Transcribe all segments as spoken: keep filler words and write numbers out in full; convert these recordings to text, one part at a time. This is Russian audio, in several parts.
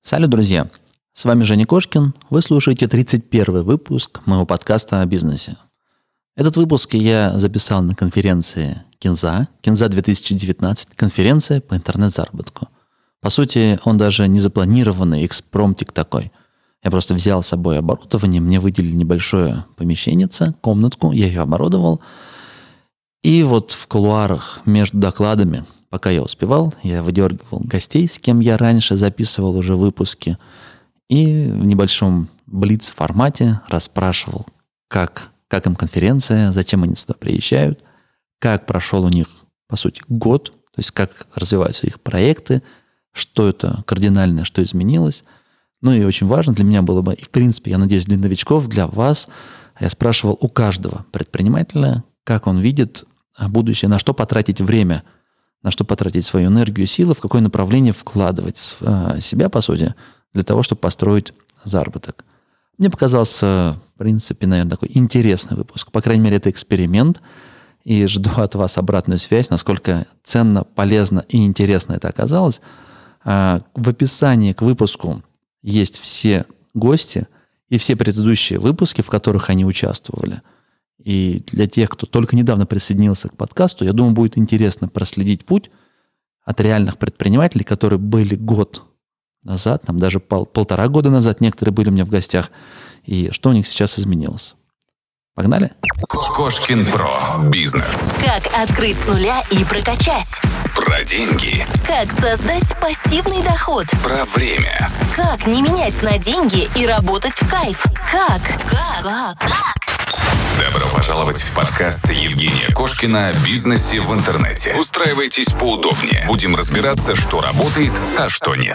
Салют, друзья! С вами Женя Кошкин. Вы слушаете тридцать первый выпуск моего подкаста о бизнесе. Этот выпуск я записал на конференции Кинза, Кинза две тысячи девятнадцать, конференция по интернет-заработку. По сути, он даже не запланированный, экспромтик такой. Я просто взял с собой оборудование, мне выделили небольшое помещенце, комнатку, я ее оборудовал. И вот в кулуарах между докладами, пока я успевал, я выдергивал гостей, с кем я раньше записывал уже выпуски, и в небольшом блиц-формате расспрашивал, как, как им конференция, зачем они сюда приезжают, как прошел у них, по сути, год, то есть как развиваются их проекты, что это кардинальное, что изменилось. Ну и очень важно для меня было бы, и в принципе, я надеюсь, для новичков, для вас, я спрашивал у каждого предпринимателя, как он видит будущее, на что потратить время, на что потратить свою энергию, силы, в какое направление вкладывать себя, по сути, для того, чтобы построить заработок. Мне показался, в принципе, наверное, такой интересный выпуск. По крайней мере, это эксперимент. И жду от вас обратную связь, насколько ценно, полезно и интересно это оказалось. В описании к выпуску есть все гости и все предыдущие выпуски, в которых они участвовали. И для тех, кто только недавно присоединился к подкасту, я думаю, будет интересно проследить путь от реальных предпринимателей, которые были год назад, там даже пол, полтора года назад некоторые были у меня в гостях, и что у них сейчас изменилось. Погнали? Кошкин Про. Бизнес. Как открыть с нуля и прокачать. Про деньги. Как создать пассивный доход. Про время. Как не менять на деньги и работать в кайф. Как? Как? Как? Добро пожаловать в подкаст Евгения Кошкина о бизнесе в интернете. Устраивайтесь поудобнее. Будем разбираться, что работает, а что нет.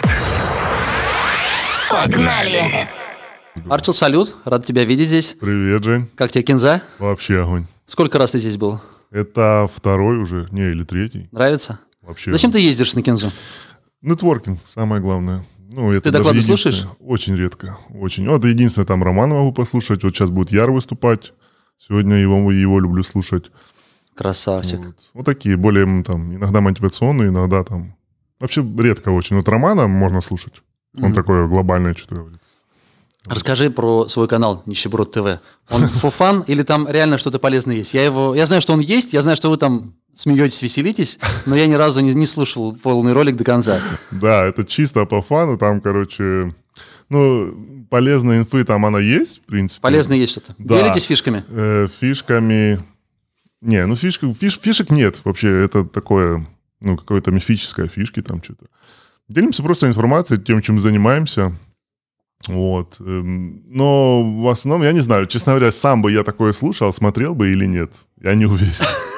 Погнали! Арчил, салют. Рад тебя видеть здесь. Привет, Жень. Как тебе Кинза? Вообще огонь. Сколько раз ты здесь был? Это второй уже, не, или третий. Нравится? Вообще. Зачем ты ездишь на Кинзу? Нетворкинг, самое главное. Ну, это ты доклады слушаешь? Очень редко. Очень. Вот единственное, там Романа могу послушать. Вот сейчас будет Яр выступать. Сегодня его, его люблю слушать. Красавчик. Вот. вот такие, более там, иногда мотивационные, иногда там... Вообще редко очень. Вот Романа можно слушать. Он mm-hmm. такое глобальное что-то говорит. Расскажи про свой канал Нищеброд ТВ. Он for fun или там реально что-то полезное есть? Я его, я знаю, что он есть, я знаю, что вы там смеетесь, веселитесь, но я ни разу не, не слушал полный ролик до конца. Да, это чисто по фану, там, короче, ну, полезная инфы там она есть, в принципе. Полезно есть что-то? Да. Делитесь фишками? Э, фишками... Не, ну фишек, фиш, фишек нет вообще, это такое, ну, какое-то мифическое фишки там что-то. Делимся просто информацией, тем, чем занимаемся. Вот. Но в основном, я не знаю, честно говоря, сам бы я такое слушал, смотрел бы или нет. Я не уверен.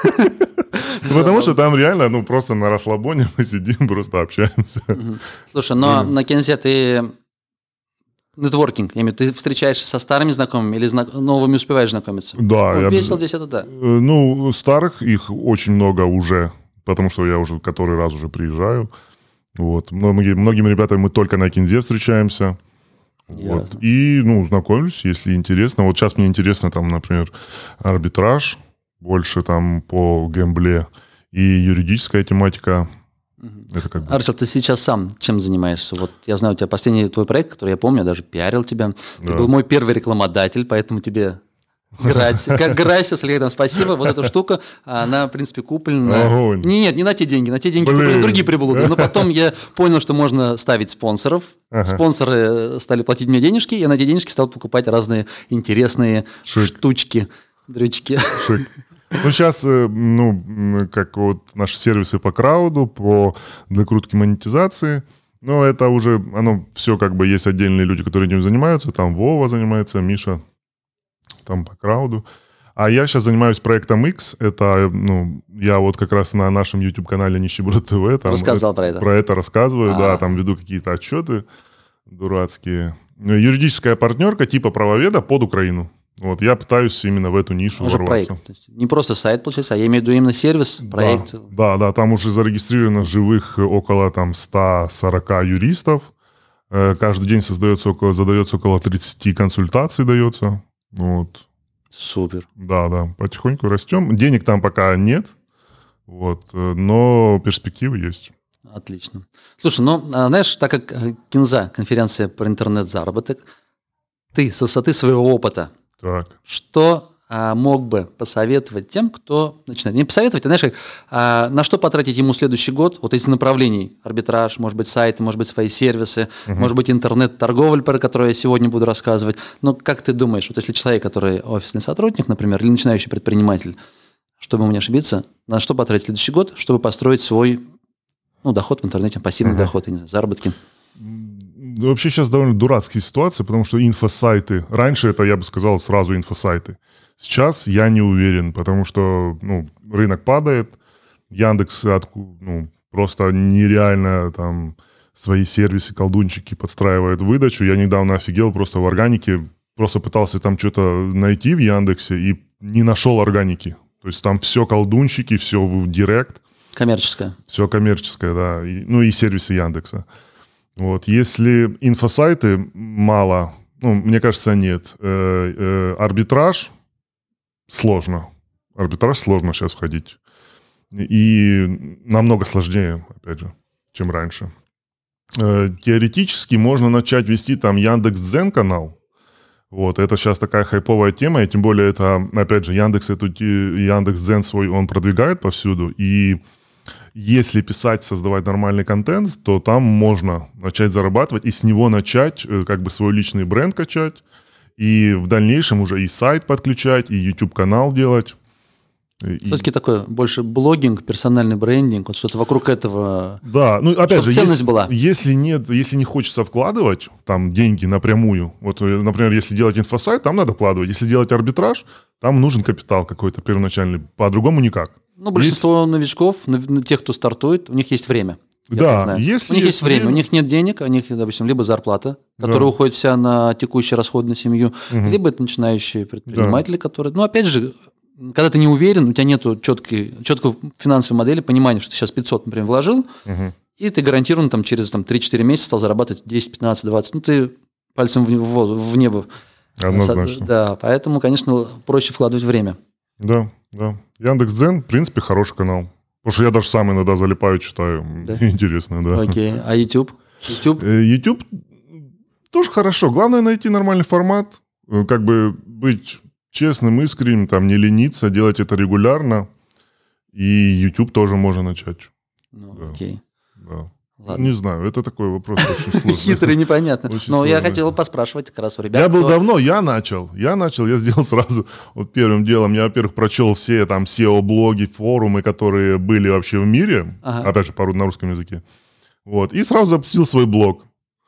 Потому что там реально, ну, просто на расслабоне мы сидим, просто общаемся. Слушай, но на Кинзе ты нетворкинг, я имею в виду, ты встречаешься со старыми знакомыми или новыми успеваешь знакомиться? Да. Весело здесь это да. Ну, старых их очень много уже, потому что я уже который раз уже приезжаю. Вот. Многими ребятами мы только на Кинзе встречаемся. Вот. И, ну, знакомлюсь, если интересно. Вот сейчас мне интересно, там, например, арбитраж, больше там по гэмбле и юридическая тематика. Угу. Это как бы... Арчил, ты сейчас сам чем занимаешься? Вот я знаю, у тебя последний твой проект, который я помню, я даже пиарил тебя. Ты да. был мой первый рекламодатель, поэтому тебе... Грайся, Сергей, спасибо. Вот эту штуку, она, в принципе, куплена. Огонь. Нет, не на те деньги. На те деньги куплены другие приблуды. Но потом я понял, что можно ставить спонсоров. Ага. Спонсоры стали платить мне денежки, я на эти денежки стал покупать разные интересные Шик. штучки, дрючки. Шик. Ну, сейчас, ну, как вот наши сервисы по крауду, по докрутке монетизации, но это уже, оно все как бы есть отдельные люди, которые этим занимаются. Там Вова занимается, Миша. Там по крауду. А я сейчас занимаюсь проектом X. Это, ну, я вот как раз на нашем YouTube-канале Нищеброд ТВ. Там Рассказал про это. Про это рассказываю, А-а-а. да, там веду какие-то отчеты дурацкие. Юридическая партнерка типа правоведа под Украину. Вот, я пытаюсь именно в эту нишу уже ворваться. Проект. То есть не просто сайт, получается, а я имею в виду именно сервис, проект. Да, да, да, там уже зарегистрировано живых около там ста сорока юристов. Каждый день создается около, задается около тридцати консультаций, дается. Вот. Супер. Да, да, потихоньку растем. Денег там пока нет, вот, но перспективы есть. Отлично. Слушай, ну, знаешь, так как Кинза, конференция про интернет-заработок, ты с высоты своего опыта, Так. что а, мог бы посоветовать тем, кто начинает? Не посоветовать, а знаешь, как, а, на что потратить ему следующий год, вот из направлений: арбитраж, может быть, сайты, может быть, свои сервисы, угу. может быть, интернет-торговля, про которую я сегодня буду рассказывать. Но как ты думаешь, вот если человек, который офисный сотрудник, например, или начинающий предприниматель, чтобы ему не ошибиться, на что потратить следующий год, чтобы построить свой ну, доход в интернете, пассивный угу. доход, я не знаю, заработки? Вообще сейчас довольно дурацкие ситуации, потому что инфосайты, раньше это, я бы сказал, сразу инфосайты. Сейчас я не уверен, потому что ну, рынок падает, Яндекс ну, просто нереально там свои сервисы, колдунчики подстраивает выдачу. Я недавно офигел просто в органике, просто пытался там что-то найти в Яндексе и не нашел органики. То есть там все колдунчики, все в директ. Коммерческое. Все коммерческое, да. И, ну и сервисы Яндекса. Вот. Если инфосайты мало, ну, мне кажется, нет. Э, э, арбитраж сложно. Арбитраж сложно сейчас входить. И намного сложнее, опять же, чем раньше. Э, теоретически можно начать вести там Яндекс.Дзен канал. Вот, это сейчас такая хайповая тема, и тем более это, опять же, Яндекс, эту, Яндекс.Дзен свой, он продвигает повсюду, и если писать, создавать нормальный контент, то там можно начать зарабатывать и с него начать как бы свой личный бренд качать, и в дальнейшем уже и сайт подключать, и YouTube-канал делать. Все-таки и... такой больше блогинг, персональный брендинг, вот что-то вокруг этого. Да, ну опять же, ценность если, была. Если нет, если не хочется вкладывать там деньги напрямую, вот, например, если делать инфосайт, там надо вкладывать. Если делать арбитраж, там нужен капитал какой-то первоначальный, по-другому никак. Ну, большинство есть... новичков, тех, кто стартует, у них есть время. Да, если у них есть время, время, у них нет денег, у них, допустим, либо зарплата, которая да. уходит вся на текущий расход на семью, угу. либо это начинающие предприниматели, да. которые, ну, опять же, когда ты не уверен, у тебя нет четкой, четкой финансовой модели, понимания, что ты сейчас пятьсот, например, вложил, угу. и ты гарантированно там, через там, три-четыре месяца стал зарабатывать десять, пятнадцать, двадцать. Ну, ты пальцем в, в, в небо. Однозначно. Да, поэтому, конечно, проще вкладывать время. Да, да. Яндекс.Дзен, в принципе, хороший канал. Потому что я даже сам иногда залипаю, читаю. Да? Интересно, да. Окей. А YouTube? YouTube? YouTube тоже хорошо. Главное найти нормальный формат. Как бы быть... честным, искренним, там, не лениться, делать это регулярно. И YouTube тоже можно начать. Ну, да. окей. Да. Ладно. Не знаю, это такой вопрос очень сложный. Хитрый, непонятно. Но я хотел поспрашивать как раз у ребят. Я был давно, я начал. Я начал, я сделал сразу вот первым делом. Я, во-первых, прочел все там сео-блоги, форумы, которые были вообще в мире. Опять же, пару на русском языке. Вот. И сразу запустил свой блог.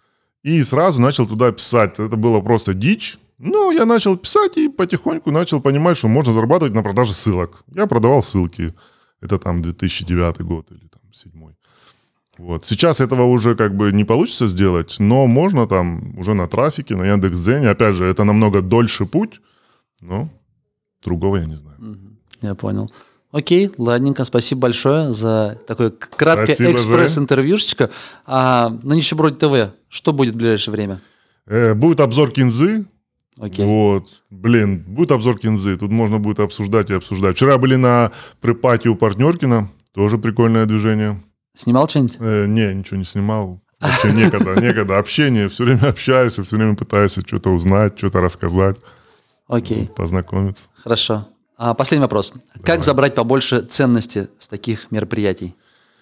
И сразу начал туда писать. Это было просто дичь. Ну, я начал писать и потихоньку начал понимать, что можно зарабатывать на продаже ссылок. Я продавал ссылки. Это там две тысячи девятый год или там две тысячи седьмой. Вот. Сейчас этого уже как бы не получится сделать, но можно там уже на трафике, на Яндекс.Дзене. Опять же, это намного дольше путь, но другого я не знаю. Я понял. Окей, ладненько. Спасибо большое за такое краткое экспресс-интервьюшечко. А на Нищеброде ТВ что будет в ближайшее время? Э, будет обзор Кинзы. Окей. Вот, блин, будет обзор Кинзы, тут можно будет обсуждать и обсуждать. Вчера были на припате у Партнеркина, тоже прикольное движение. Снимал что-нибудь? Э, не, ничего не снимал, вообще некогда, некогда. Общение, все время общаешься, все время пытаешься что-то узнать, что-то рассказать. Окей. Познакомиться. Хорошо. А последний вопрос. Давай. Как забрать побольше ценности с таких мероприятий?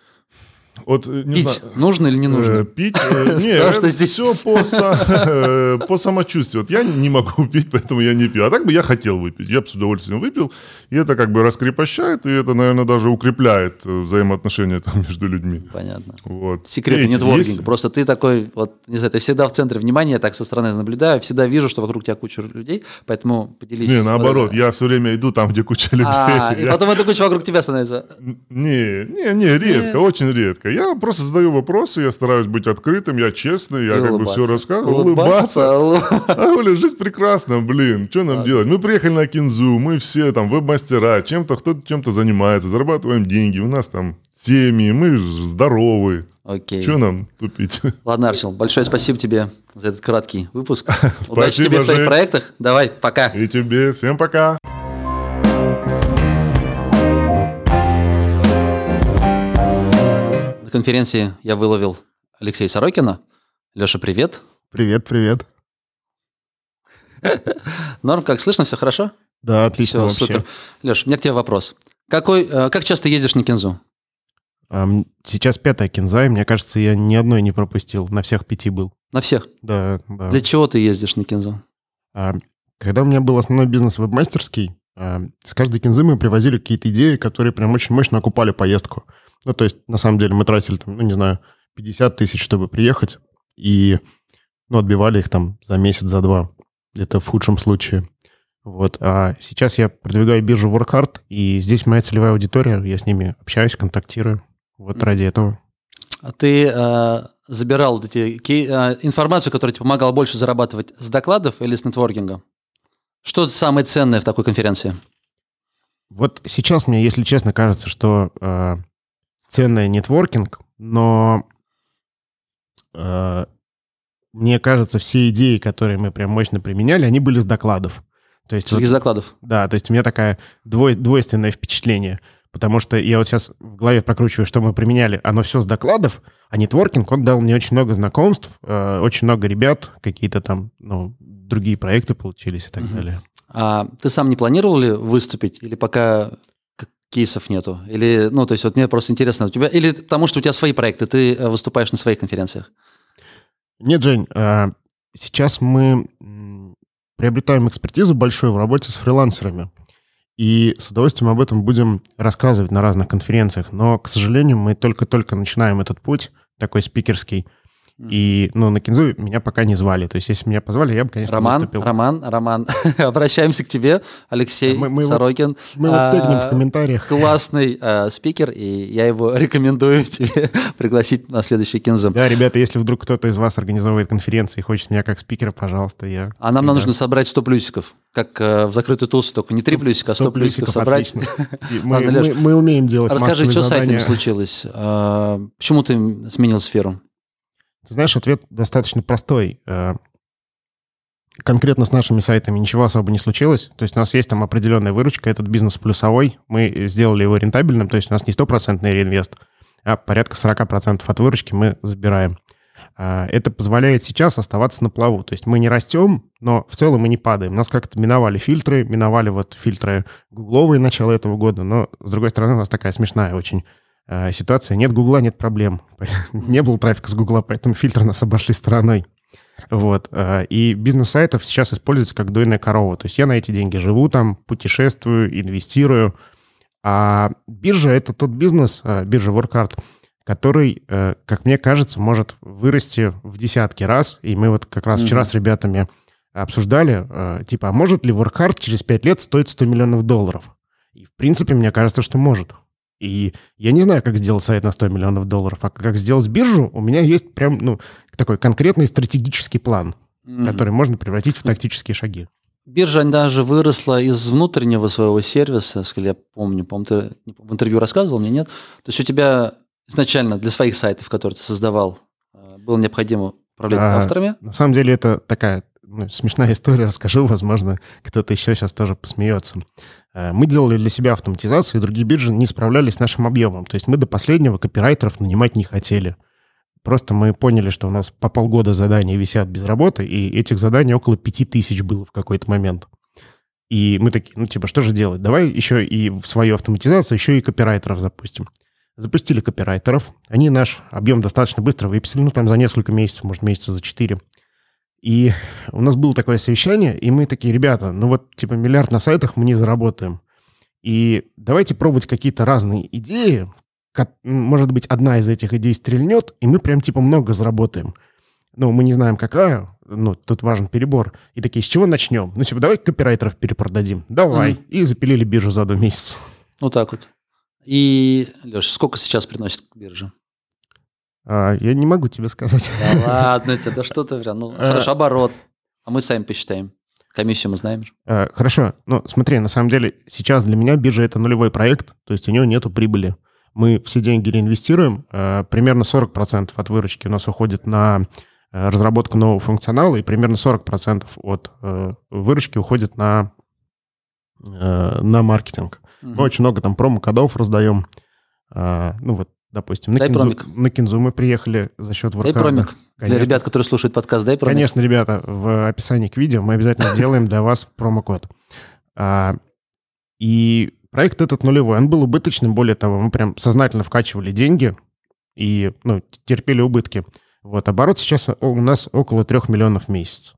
Вот, не пить знаю, нужно или не нужно? Э, пить? Э, нет, это здесь... все по, со, по самочувствию. Вот я не могу пить, поэтому я не пью. А так бы я хотел выпить. Я бы с удовольствием выпил. И это как бы раскрепощает, и это, наверное, даже укрепляет взаимоотношения там, между людьми. Понятно. Вот. Секретный нетворкинг. Есть... Просто ты такой, вот, не знаю, ты всегда в центре внимания, я так со стороны наблюдаю, всегда вижу, что вокруг тебя куча людей, поэтому поделись. Не, наоборот, я все время иду там, где куча людей. А, я... и потом эта куча вокруг тебя становится. Не, не, не, редко, не. очень редко. Я просто задаю вопросы, я стараюсь быть открытым, я честный, я и как улыбаться. бы все рассказываю. Улыбаться. Улыбаться. А, Оля, жизнь прекрасна, блин, что нам а, делать? Мы приехали на Кинзу, мы все там веб-мастера, чем-то, кто-то чем-то занимается, зарабатываем деньги, у нас там семьи, мы здоровы. Окей. Что нам тупить? Ладно, Арсел, большое спасибо тебе за этот краткий выпуск. Удачи тебе в твоих проектах. Давай, пока. И тебе. Всем пока. на конференции я выловил Алексея Сорокина. Леша, привет. Привет, привет. Норм, как слышно, все хорошо? Да, отлично Все, вообще. супер. Леш, у меня к тебе вопрос. Какой, как часто ездишь на Кинзу? Сейчас пятая Кинза, и мне кажется, я ни одной не пропустил. На всех пяти был. На всех? Да, да. Для чего ты ездишь на Кинзу? Когда у меня был основной бизнес веб-мастерский, с каждой Кинзы мы привозили какие-то идеи, которые прям очень мощно окупали поездку. Ну, то есть, на самом деле, мы тратили, там, ну, не знаю, пятьдесят тысяч, чтобы приехать, и, ну, отбивали их там за месяц, за два. Это в худшем случае. Вот. А сейчас я продвигаю биржу WorkHard, и здесь моя целевая аудитория, я с ними общаюсь, контактирую. Вот mm. ради этого. А ты э, забирал вот эти, э, информацию, которая тебе помогала больше зарабатывать с докладов или с нетворкинга? Что самое ценное в такой конференции? Вот сейчас мне, если честно, кажется, что э, ценный нетворкинг, но э, мне кажется, все идеи, которые мы прям мощно применяли, они были с докладов. То есть, вот, из докладов? Да, то есть у меня такое двой, двойственное впечатление. Потому что я вот сейчас в голове прокручиваю, что мы применяли. Оно все с докладов, а нетворкинг, он дал мне очень много знакомств, э, очень много ребят, какие-то там, ну, другие проекты получились и так uh-huh. далее. А ты сам не планировал ли выступить? Или пока кейсов нету? Или, ну, то есть вот мне просто интересно, у тебя, или потому что у тебя свои проекты, ты выступаешь на своих конференциях? Нет, Жень, э, сейчас мы приобретаем экспертизу большую в работе с фрилансерами. И с удовольствием об этом будем рассказывать на разных конференциях. Но, к сожалению, мы только-только начинаем этот путь, такой спикерский. И, ну, на Кинзу меня пока не звали. То есть, если меня позвали, я бы, конечно, Роман, выступил. Роман, Роман, обращаемся к тебе, Алексей мы, мы Сорокин. Мы вот тегнем в комментариях. Классный а, спикер, и я его рекомендую тебе пригласить на следующий Кинзу. Да, ребята, если вдруг кто-то из вас организовывает конференции и хочет меня как спикера, пожалуйста, я... А нам, нам нужно собрать сто плюсиков, как э, в закрытую тусу, только не три плюсика, а сто плюсиков собрать. Мы, Ладно, мы, мы умеем делать Расскажи, массовые что задания. с этим случилось? А, почему ты сменил сферу? Ты знаешь, ответ достаточно простой. Конкретно с нашими сайтами ничего особо не случилось. То есть у нас есть там определенная выручка, этот бизнес плюсовой. Мы сделали его рентабельным, то есть у нас не стопроцентный реинвест, а порядка сорок процентов от выручки мы забираем. Это позволяет сейчас оставаться на плаву. То есть мы не растем, но в целом мы не падаем. Нас как-то миновали фильтры, миновали вот фильтры гугловые начала этого года, но, с другой стороны, у нас такая смешная очень ситуация. Нет Гугла, нет проблем. Не было трафика с Гугла, поэтому фильтры нас обошли стороной. Вот. И бизнес сайтов сейчас используется как дойная корова. То есть я на эти деньги живу там, путешествую, инвестирую. А биржа — это тот бизнес, биржа WorkHard, который, как мне кажется, может вырасти в десятки раз. И мы вот как раз mm-hmm. вчера с ребятами обсуждали, типа, а может ли WorkHard через пять лет стоить сто миллионов долларов? И, в принципе, мне кажется, что может. И я не знаю, как сделать сайт на сто миллионов долларов, а как сделать биржу, у меня есть прям, ну, такой конкретный стратегический план, mm-hmm. который можно превратить в тактические шаги. Биржа даже выросла из внутреннего своего сервиса, если я помню, по-моему, ты в интервью рассказывал, мне нет. То есть у тебя изначально для своих сайтов, которые ты создавал, было необходимо управлять а, авторами? На самом деле это такая, ну, смешная история, расскажу, возможно, кто-то еще сейчас тоже посмеется. Мы делали для себя автоматизацию, и другие биржи не справлялись с нашим объемом. То есть мы до последнего копирайтеров нанимать не хотели. Просто мы поняли, что у нас по полгода задания висят без работы, и этих заданий около пяти тысяч было в какой-то момент. И мы такие, ну типа, что же делать? Давай еще и в свою автоматизацию еще и копирайтеров запустим. Запустили копирайтеров. Они наш объем достаточно быстро выписали, ну там за несколько месяцев, может месяца за четыре. И у нас было такое совещание, и мы такие, ребята, ну вот типа миллиард на сайтах мы не заработаем. И давайте пробовать какие-то разные идеи. Может быть, одна из этих идей стрельнет, и мы прям типа много заработаем. Ну, мы не знаем, какая, ну, тут важен перебор. И такие, с чего начнем? Ну, типа, давай копирайтеров перепродадим. Давай. Mm-hmm. И запилили биржу за два месяца. Вот так вот. И, Леша, сколько сейчас приносит биржа? А, я не могу тебе сказать. Да ладно, это да что ты... Ну, хорошо, оборот. А мы сами посчитаем. Комиссию мы знаем же. А, хорошо. Ну, смотри, на самом деле, сейчас для меня биржа — это нулевой проект, то есть у него нету прибыли. Мы все деньги реинвестируем. А, примерно сорок процентов от выручки у нас уходит на разработку нового функционала, и примерно сорок процентов от э, выручки уходит на, э, на маркетинг. Mm-hmm. Мы очень много там промо-кодов раздаем. А, ну вот допустим. На Дай Кинзу, промик. на Кинзу мы приехали за счет Дай воркарда. промик. Для Конечно. ребят, которые слушают подкаст, дай промик. Конечно, ребята, в описании к видео мы обязательно сделаем для вас промокод. А, и проект этот нулевой. Он был убыточным, более того, мы прям сознательно вкачивали деньги и ну, терпели убытки. Вот, оборот сейчас у нас около трех миллионов в месяц.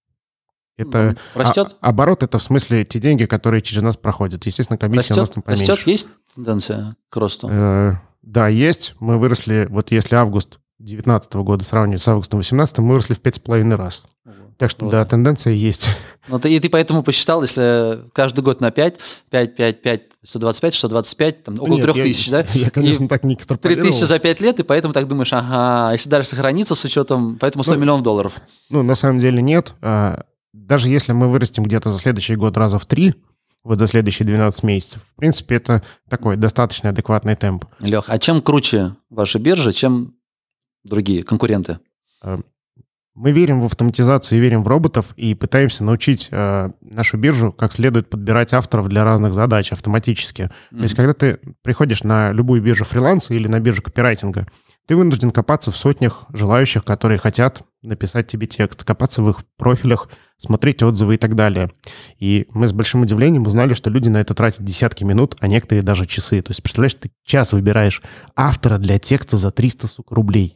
Это Ну, растет? А, оборот — это в смысле те деньги, которые через нас проходят. Естественно, комиссия Растет? у нас там поменьше. Растет? Есть тенденция к росту? Э, да, есть. Мы выросли, вот если август две тысячи девятнадцатого года сравнивать с августом две тысячи восемнадцатого, мы выросли в пять с половиной раз. Так что, Круто. да, тенденция есть. Ну, ты, и ты поэтому посчитал, если каждый год на пять, пять, пять, пять, сто двадцать пять, сто двадцать пять, там, около Нет, трех я- тысяч, да? Я, конечно, И так не три экстраполировал. тысячи за пять лет, и поэтому так думаешь, ага, если дальше сохранится с учетом, поэтому сто Ну, миллионов долларов. Ну, на самом деле нет. А, Даже если мы вырастем где-то за следующий год раза в три, вот за следующие двенадцать месяцев, в принципе, это такой достаточно адекватный темп. Лех, а чем круче ваша биржа, чем другие конкуренты? Мы верим в автоматизацию и верим в роботов и пытаемся научить э, нашу биржу как следует подбирать авторов для разных задач автоматически. Мгм. То есть, когда ты приходишь на любую биржу фриланса или на биржу копирайтинга, ты вынужден копаться в сотнях желающих, которые хотят написать тебе текст, копаться в их профилях, смотреть отзывы и так далее. И мы с большим удивлением узнали, что люди на это тратят десятки минут, а некоторые даже часы. То есть, представляешь, ты час выбираешь автора для текста за триста, сука, рублей.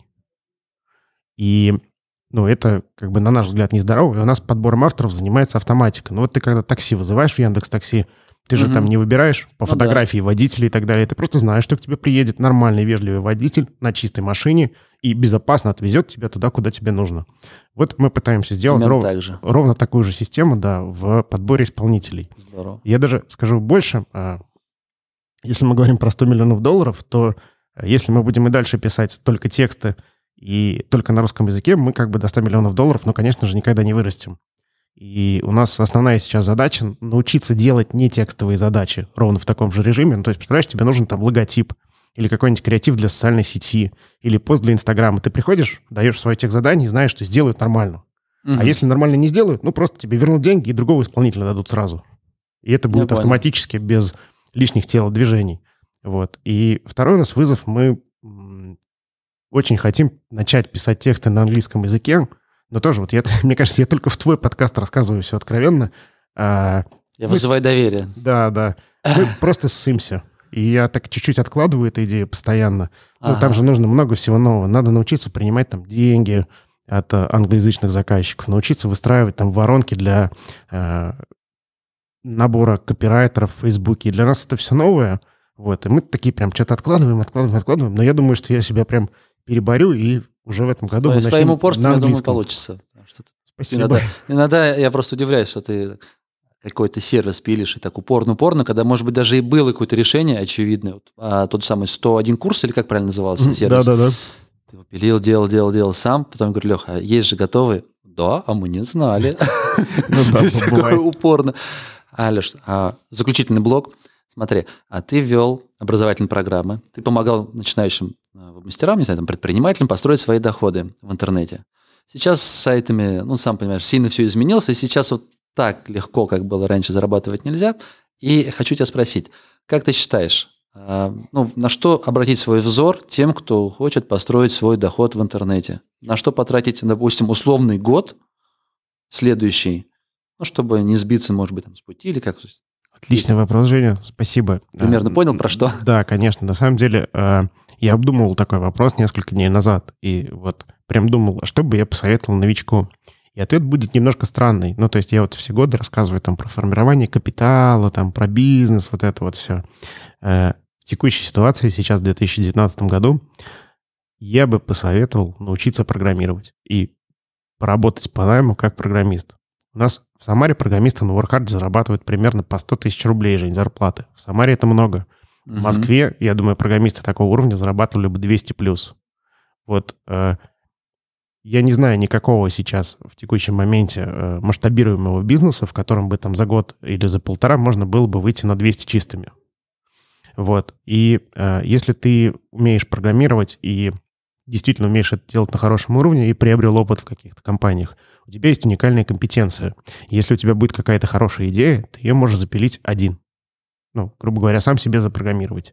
И ну, это, как бы, на наш взгляд, нездорово. И у нас подбором авторов занимается автоматика. Ну, вот ты когда такси вызываешь в Яндекс.Такси, ты же Мгм. там не выбираешь по Ну фотографии водителя и так далее. Ты просто знаешь, что к тебе приедет нормальный, вежливый водитель на чистой машине и безопасно отвезет тебя туда, куда тебе нужно. Вот мы пытаемся сделать Примерно ров- так же. ровно такую же систему, да, в подборе исполнителей. Здорово. Я даже скажу больше. а, Если мы говорим про сто миллионов долларов, то а, если мы будем и дальше писать только тексты и только на русском языке, мы как бы до ста миллионов долларов, ну, конечно же, никогда не вырастем. И у нас основная сейчас задача — научиться делать не текстовые задачи ровно в таком же режиме. Ну, то есть, представляешь, тебе нужен там логотип или какой-нибудь креатив для социальной сети или пост для Инстаграма. Ты приходишь, даешь свое тех задание и знаешь, что сделают нормально. Мгм. А если нормально не сделают, ну, просто тебе вернут деньги и другого исполнителя дадут сразу. И это будет понял. автоматически, без лишних телодвижений. Вот. И второй у нас вызов. Мы м, очень хотим начать писать тексты на английском языке, но тоже, вот я, мне кажется, я только в твой подкаст рассказываю все откровенно. А, Я мы вызываю доверие. да, да. Мы просто ссымся. И я так чуть-чуть откладываю эту идею постоянно. Ну, Ага. там же нужно много всего нового. Надо научиться принимать там деньги от э, англоязычных заказчиков, научиться выстраивать там воронки для э, набора копирайтеров в Фейсбуке. И для нас это все новое. Вот. И мы такие прям что-то откладываем, откладываем, откладываем. Но я думаю, что я себя прям переборю, и уже в этом году мы С твоим начнем упорством, на я думаю, английском. получится. Потому что ты Спасибо. Иногда, иногда я просто удивляюсь, что ты какой-то сервис пилишь и так упорно-упорно, когда, может быть, даже и было какое-то решение очевидное. Вот, а, тот самый сто один курс, или как правильно назывался сервис? Да-да-да. Ты его пилил, делал, делал, делал сам. Потом говорю, Леха, а есть же готовые? Да, а мы не знали. Ну да, То есть такое бывает. упорно. А, Леш, а, заключительный блок. Смотри, а ты вел образовательные программы, ты помогал начинающим а, мастерам, не знаю, там, предпринимателям построить свои доходы в интернете. Сейчас с сайтами, ну, сам понимаешь, сильно все изменилось, и сейчас вот так легко, как было раньше, зарабатывать нельзя. И хочу тебя спросить, как ты считаешь, а, ну, на что обратить свой взор тем, кто хочет построить свой доход в интернете? На что потратить, допустим, условный год следующий, ну, чтобы не сбиться, может быть, там, с пути или как? Отличный вопрос, Женя. Спасибо. Примерно А, понял, про что? Да, конечно. На самом деле, э, я обдумывал такой вопрос несколько дней назад. И вот прям думал, а что бы я посоветовал новичку? И ответ будет немножко странный. Ну, то есть я вот все годы рассказываю там про формирование капитала, там про бизнес, вот это вот все. Э, в текущей ситуации, сейчас в две тысячи девятнадцатом году, я бы посоветовал научиться программировать и поработать по найму как программист. У нас в Самаре программисты на Воркхарде зарабатывают примерно по сто тысяч рублей, Жень, зарплаты. В Самаре это много. В Москве, я думаю, программисты такого уровня зарабатывали бы двести плюс. Вот э, я не знаю никакого сейчас в текущем моменте э, масштабируемого бизнеса, в котором бы там за год или за полтора можно было бы выйти на двести чистыми. Вот. И э, если ты умеешь программировать и действительно умеешь это делать на хорошем уровне и приобрел опыт в каких-то компаниях, у тебя есть уникальная компетенция. Если у тебя будет какая-то хорошая идея, ты ее можешь запилить один. Ну, грубо говоря, сам себе запрограммировать.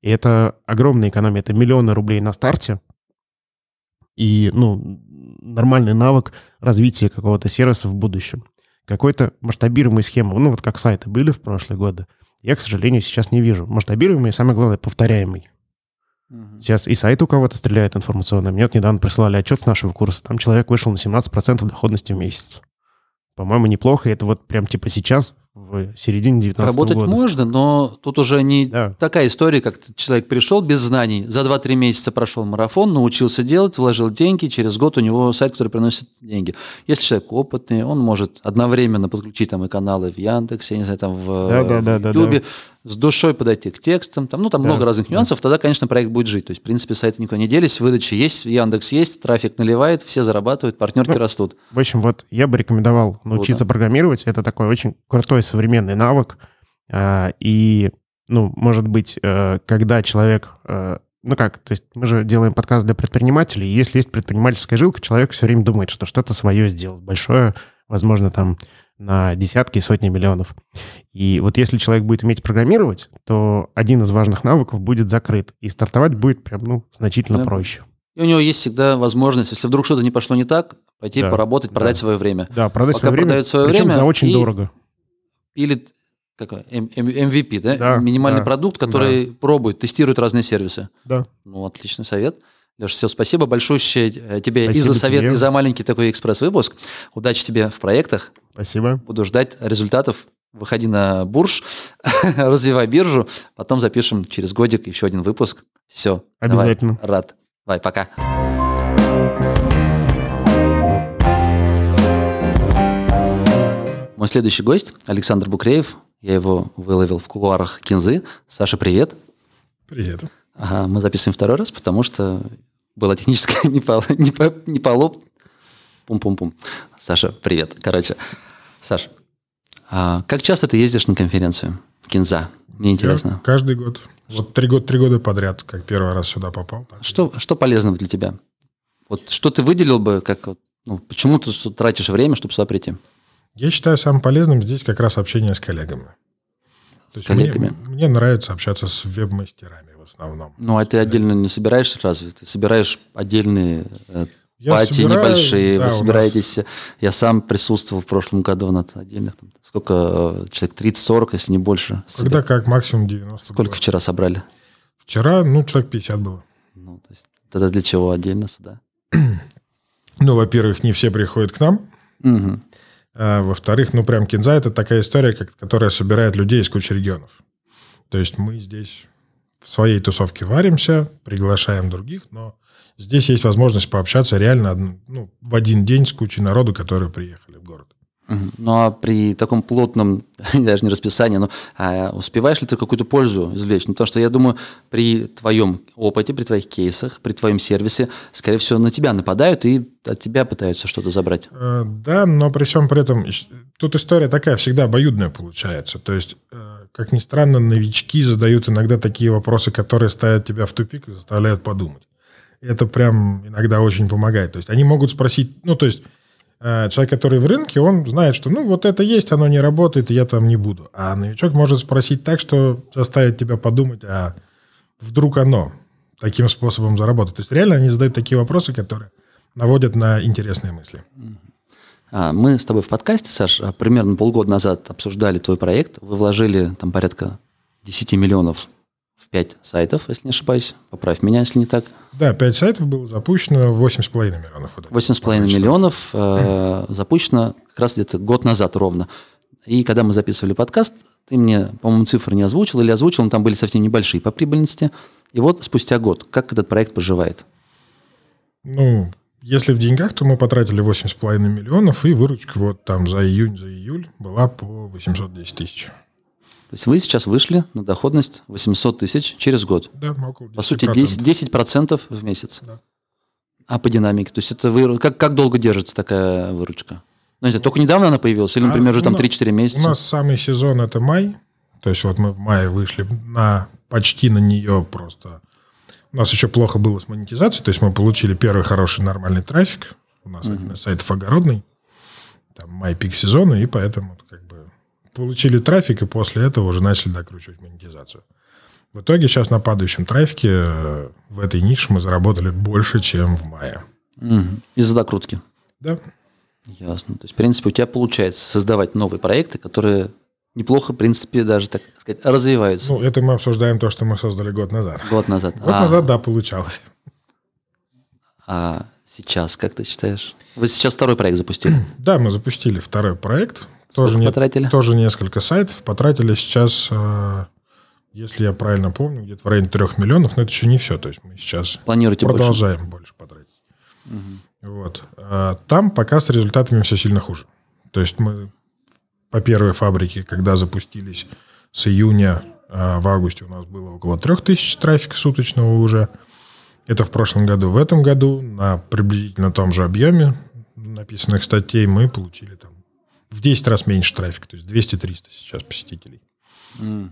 И это огромная экономия, это миллионы рублей на старте. И, ну, нормальный навык развития какого-то сервиса в будущем. Какой-то масштабируемой схемы, ну, вот как сайты были в прошлые годы, я, к сожалению, сейчас не вижу. Масштабируемый и, самое главное, повторяемый. Uh-huh. Сейчас и сайт у кого-то стреляет информационно. Мне вот недавно присылали отчет с нашего курса. Там человек вышел на семнадцать процентов доходности в месяц. По-моему, неплохо. И это вот прям типа сейчас, в середине девятнадцатого года. Работать можно, но тут уже не да. такая история, как человек пришел без знаний, за два-три месяца прошел марафон, научился делать, вложил деньги, через год у него сайт, который приносит деньги. Если человек опытный, он может одновременно подключить там и каналы в Яндексе, я не знаю, там в, да, да, в да, Ютубе, да, да. с душой подойти к текстам, там, ну, там да, много разных нюансов, да. Тогда, конечно, проект будет жить. То есть, в принципе, сайты никуда не делись, выдача есть, Яндекс есть, трафик наливает, все зарабатывают, партнерки ну, растут. В общем, вот я бы рекомендовал научиться Круто. программировать. Это такой очень крутой современный навык. И, ну, может быть, когда человек... Ну как, то есть мы же делаем подкаст для предпринимателей, и если есть предпринимательская жилка, человек все время думает, что что-то свое сделать, большое, возможно, там на десятки и сотни миллионов. И вот если человек будет уметь программировать, то один из важных навыков будет закрыт, и стартовать будет прям, ну, значительно да. проще. И у него есть всегда возможность, если вдруг что-то не пошло не так, пойти да. поработать, продать да. свое время. Да, продать Пока свое время, продает свое причем время за очень дорого. Или какой? эм ви пи, да? да Минимальный да, продукт, который да. пробует, тестирует разные сервисы. Да. Ну, отличный совет. Леша, все, спасибо большое тебе спасибо и за совет, тебе. и за маленький такой экспресс-выпуск. Удачи тебе в проектах. Спасибо. Буду ждать результатов. Выходи на бурж, развивай биржу. Потом запишем через годик еще один выпуск. Все. Обязательно. Давай, рад. Давай, пока. Мой следующий гость Александр Букреев. Я его выловил в кулуарах Кинзы. Саша, привет. Привет. Ага, мы записываем второй раз, потому что была техническая неполоп. Пум-пум-пум. Саша, привет. Короче, Саш, а как часто ты ездишь на конференцию Кинза? Мне интересно. Я каждый год. Вот три года, три года подряд, как первый раз сюда попал. Что, что полезного для тебя? Вот что ты выделил бы, как, ну, почему ты тратишь время, чтобы сюда прийти? Я считаю самым полезным здесь как раз общение с коллегами. С То коллегами? Мне, мне нравится общаться с веб-мастерами в основном. Ну, а ты отдельно не собираешь разве? Ты собираешь отдельные я пати собираю, небольшие, да, вы собираетесь. Нас... Я сам присутствовал в прошлом году на отдельных. Там, сколько? Человек тридцать-сорок, если не больше. Когда себе. Как максимум девяносто. Сколько было. Вчера собрали? Вчера, ну, человек пятьдесят было. Ну, то есть, тогда для чего отдельно сюда? Ну, во-первых, не все приходят к нам. Угу. А, во-вторых, ну, прям Кинза – это такая история, как, которая собирает людей из кучи регионов. То есть мы здесь в своей тусовке варимся, приглашаем других, но здесь есть возможность пообщаться реально ну, в один день с кучей народу, которые приехали в город. Ну, а при таком плотном, даже не расписании, но а успеваешь ли ты какую-то пользу извлечь? Ну, потому что я думаю, при твоем опыте, при твоих кейсах, при твоем сервисе, скорее всего, на тебя нападают и от тебя пытаются что-то забрать. Да, но при всем при этом тут история такая всегда обоюдная получается. То есть, как ни странно, новички задают иногда такие вопросы, которые ставят тебя в тупик и заставляют подумать. И это прям иногда очень помогает. То есть они могут спросить, ну, то есть человек, который в рынке, он знает, что ну вот это есть, оно не работает, и я там не буду. А новичок может спросить так, что заставит тебя подумать, а вдруг оно таким способом заработает. То есть реально они задают такие вопросы, которые наводят на интересные мысли. Мы с тобой в подкасте, Саш, примерно полгода назад обсуждали твой проект. Вы вложили там порядка десять миллионов в пять сайтов, если не ошибаюсь. Поправь меня, если не так. Да, пять сайтов было запущено, восемь с половиной миллионов. восемь с половиной миллионов э, запущено как раз где-то год назад ровно. И когда мы записывали подкаст, ты мне, по-моему, цифры не озвучил или озвучил, но там были совсем небольшие по прибыльности. И вот спустя год, как этот проект поживает? Ну, если в деньгах, то мы потратили восемь с половиной миллионов, и выручка вот там за июнь, за июль была по восемьсот десять тысяч. То есть вы сейчас вышли на доходность восемьсот тысяч через год. Да, около десять процентов. По сути, десять процентов в месяц. Да. А по динамике? То есть это вы... как, как долго держится такая выручка? Ну, это только недавно она появилась? Или, например, а, уже там три-четыре месяца? У нас самый сезон – это май. То есть вот мы в мае вышли на почти на нее просто. У нас еще плохо было с монетизацией. То есть мы получили первый хороший нормальный трафик. У нас mm-hmm. один из сайтов огородный. Там май пик сезона, и поэтому как бы получили трафик, и после этого уже начали докручивать монетизацию. В итоге сейчас на падающем трафике в этой нише мы заработали больше, чем в мае. Угу. Из-за докрутки. Да. Ясно. То есть, в принципе, у тебя получается создавать новые проекты, которые неплохо, в принципе, даже, так сказать, развиваются. Ну, это мы обсуждаем то, что мы создали год назад. Год назад. Год а, назад, да, получалось. А сейчас, как ты считаешь? Вы сейчас второй проект запустили? Да, мы запустили второй проект. Сколько Тоже, не, потратили? тоже несколько сайтов. Потратили сейчас, э, если я правильно помню, где-то в районе трех миллионов, но это еще не все. То есть мы сейчас Планируете продолжаем больше, больше потратить. Угу. Вот. А там пока с результатами все сильно хуже. То есть мы по первой фабрике, когда запустились с июня, э, в августе у нас было около трех тысяч трафика суточного уже. Это в прошлом году. В этом году на приблизительно том же объеме написанных статей мы получили там в десять раз меньше трафика, то есть двести-триста сейчас посетителей. Mm-hmm.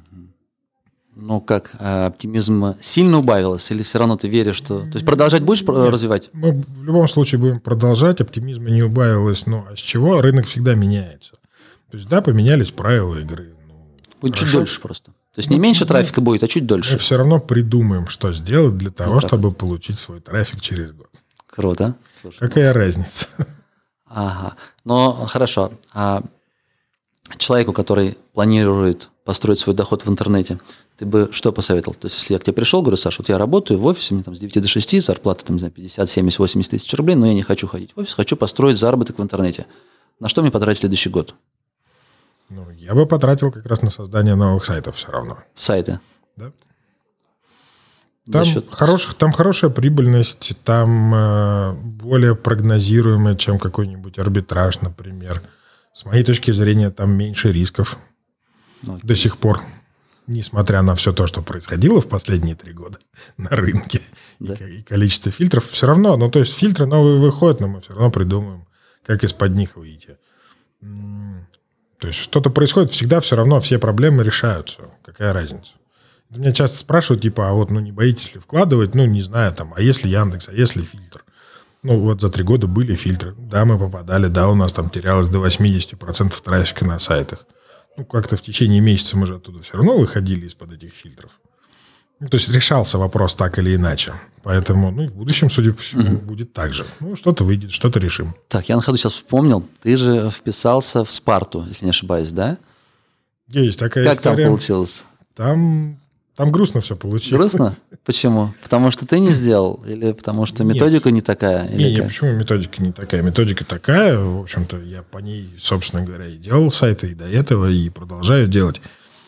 Ну как, а оптимизм сильно убавился или все равно ты веришь, что... То есть продолжать будешь Нет, развивать? Мы в любом случае будем продолжать, оптимизма не убавилось, но а с чего? Рынок всегда меняется. То есть да, поменялись правила игры. Ну, будет хорошо. Чуть дольше просто. То есть не ну, меньше трафика будет, а чуть дольше. Мы все равно придумаем, что сделать для того, вот чтобы получить свой трафик через год. Круто. Слушай, Какая ну... разница? Ага. Ну, хорошо. А человеку, который планирует построить свой доход в интернете, ты бы что посоветовал? То есть, если я к тебе пришел, говорю, Саша, вот я работаю в офисе, мне там с девяти до шести, зарплата там, не знаю, пятьдесят, семьдесят, восемьдесят тысяч рублей, но я не хочу ходить в офис, хочу построить заработок в интернете. На что мне потратить следующий год? Ну, я бы потратил как раз на создание новых сайтов все равно. В сайты? Да. Там, счет... хороших, там хорошая прибыльность, там э, более прогнозируемая, чем какой-нибудь арбитраж, например. С моей точки зрения, там меньше рисков Окей. до сих пор, несмотря на все то, что происходило в последние три года на рынке, да. и, и количество фильтров. Все равно, ну то есть фильтры новые выходят, но мы все равно придумаем, как из-под них выйти. То есть что-то происходит, всегда все равно все проблемы решаются. Какая разница? Меня часто спрашивают, типа, а вот, ну, не боитесь ли вкладывать? Ну, не знаю, там, а если Яндекс, а если фильтр? Ну, вот за три года были фильтры. Да, мы попадали, да, у нас там терялось до восемьдесят процентов трафика на сайтах. Ну, как-то в течение месяца мы же оттуда все равно выходили из-под этих фильтров. Ну, то есть решался вопрос так или иначе. Поэтому, ну, и в будущем, судя по всему, mm-hmm. будет так же. Ну, что-то выйдет, что-то решим. Так, я на ходу сейчас вспомнил. Ты же вписался в Спарту, если не ошибаюсь, да? Есть такая как история. Как там получилось? Там... Там грустно все получилось. Грустно? Почему? Потому что ты не сделал? Или потому что методика нет. не такая? Нет, нет, почему методика не такая? Методика такая, в общем-то, я по ней, собственно говоря, и делал сайты и до этого, и продолжаю делать.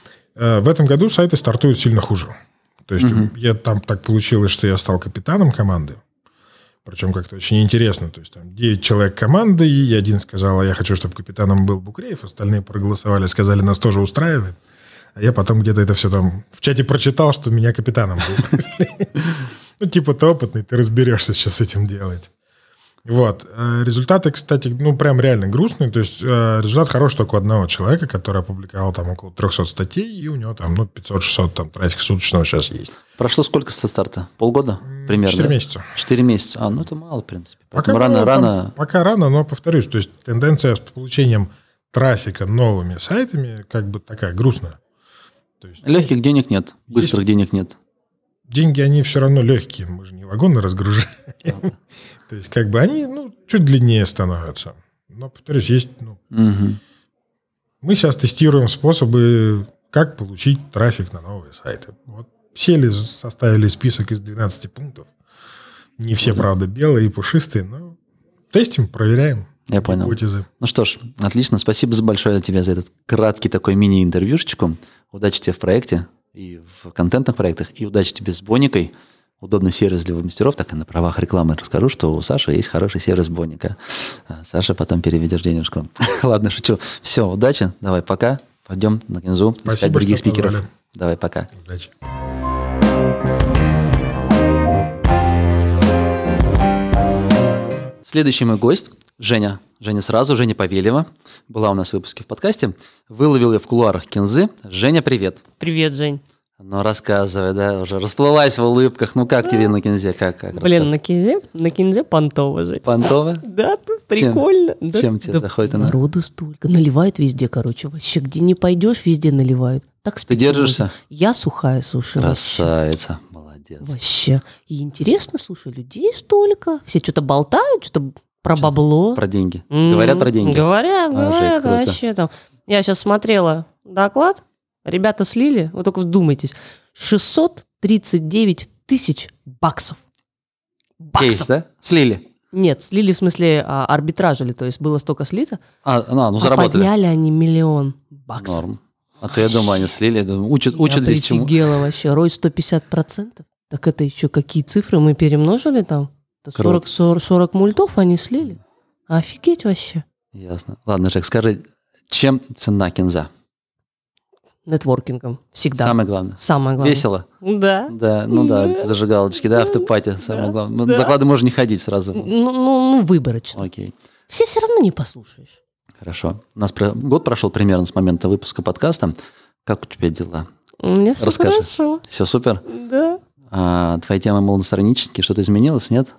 В этом году сайты стартуют сильно хуже. То есть угу. я там так получилось, что я стал капитаном команды. Причем как-то очень интересно. То есть там девять человек команды, и один сказал, а я хочу, чтобы капитаном был Букреев, остальные проголосовали, сказали, нас тоже устраивает. А я потом где-то это все там в чате прочитал, что меня капитаном выбрали. Ну, типа, ты опытный, ты разберешься, что с этим делать. Вот. Результаты, кстати, ну, прям реально грустные. То есть результат хороший только у одного человека, который опубликовал там около трехсот статей, и у него там, ну, пятьсот-шестьсот там трафика суточного сейчас есть. Прошло сколько со старта? Полгода? Примерно? Четыре месяца. Четыре месяца. А, ну, это мало, в принципе. Пока рано, рано, рано... Пока рано, но, повторюсь, то есть тенденция с получением трафика новыми сайтами как бы такая грустная. То есть, легких денег нет, быстрых есть, денег нет. Деньги, они все равно легкие. Мы же не вагоны разгружаем. То есть, как бы они, ну, чуть длиннее становятся. Но, повторюсь, есть... Ну, угу. Мы сейчас тестируем способы, как получить трафик на новые сайты. Вот сели, составили список из двенадцати пунктов. Не все, правда, белые и пушистые, но тестим, проверяем. Я понял. Гипотезы. Ну что ж, отлично. Спасибо большое тебе за этот краткий такой мини-интервьюшечку. Удачи тебе в проекте и в контентных проектах. И удачи тебе с Боникой. Удобный сервис для веб-мастеров. Так и на правах рекламы расскажу, что у Саши есть хороший сервис Боника. Саша, потом переведешь денежку. Ладно, шучу. Все, удачи. Давай, пока. Пойдем на Кинзу искать других спикеров. Позвали. Давай, пока. Удачи. Следующий мой гость Женя. Женя сразу, Женя Павелева. Была у нас в выпуске в подкасте. Выловил ее в кулуарах Кинзы. Женя, привет. Привет, Жень. Ну, рассказывай, да, уже расплылась в улыбках. Ну, как тебе на Кинзе? Как, как Блин, на Кинзе, на Кинзе понтово же. Понтово? Да, тут прикольно. Чем, да, чем тебе да, заходит? Народу столько. Наливают везде, короче, вообще. Где не пойдешь, везде наливают. Так Ты держишься? Я сухая, слушай. Красавица, молодец. Вообще. И интересно, слушай, людей столько. Все что-то болтают, что-то про бабло. Про деньги. М-м, Говорят про деньги? Говорят, А, говорят, Жень, круто. вообще там. Я сейчас смотрела доклад, ребята слили, вы только вдумайтесь, шестьсот тридцать девять тысяч баксов. Кейс, Баксов. да? Слили? Нет, слили в смысле а, арбитражили, то есть было столько слито. А, ну, ну А заработали. подняли они миллион баксов. Норм. А то я думаю, они слили. я думаю, Учат, Я учат здесь чему. прифигела вообще. Рой сто пятьдесят процентов. Так это еще какие цифры мы перемножили там? Круто. сорок, сорок, сорок мультов они слили. Офигеть вообще. Ясно. Ладно, Жек, скажи, чем цена Кинза? Нетворкингом. Всегда. Самое главное. Самое главное. Весело? Да. Да, ну да, Да. зажигалочки, да, автопати, самое главное. Ну, да. доклады можно не ходить сразу. Ну, ну, ну, выборочно. Окей, Все все равно не послушаешь. хорошо. У нас про- год прошел примерно с момента выпуска подкаста. Как у тебя дела? У меня все Расскажи. хорошо. Все супер? Да. А, твоя тема малостранические, что-то изменилось, нет?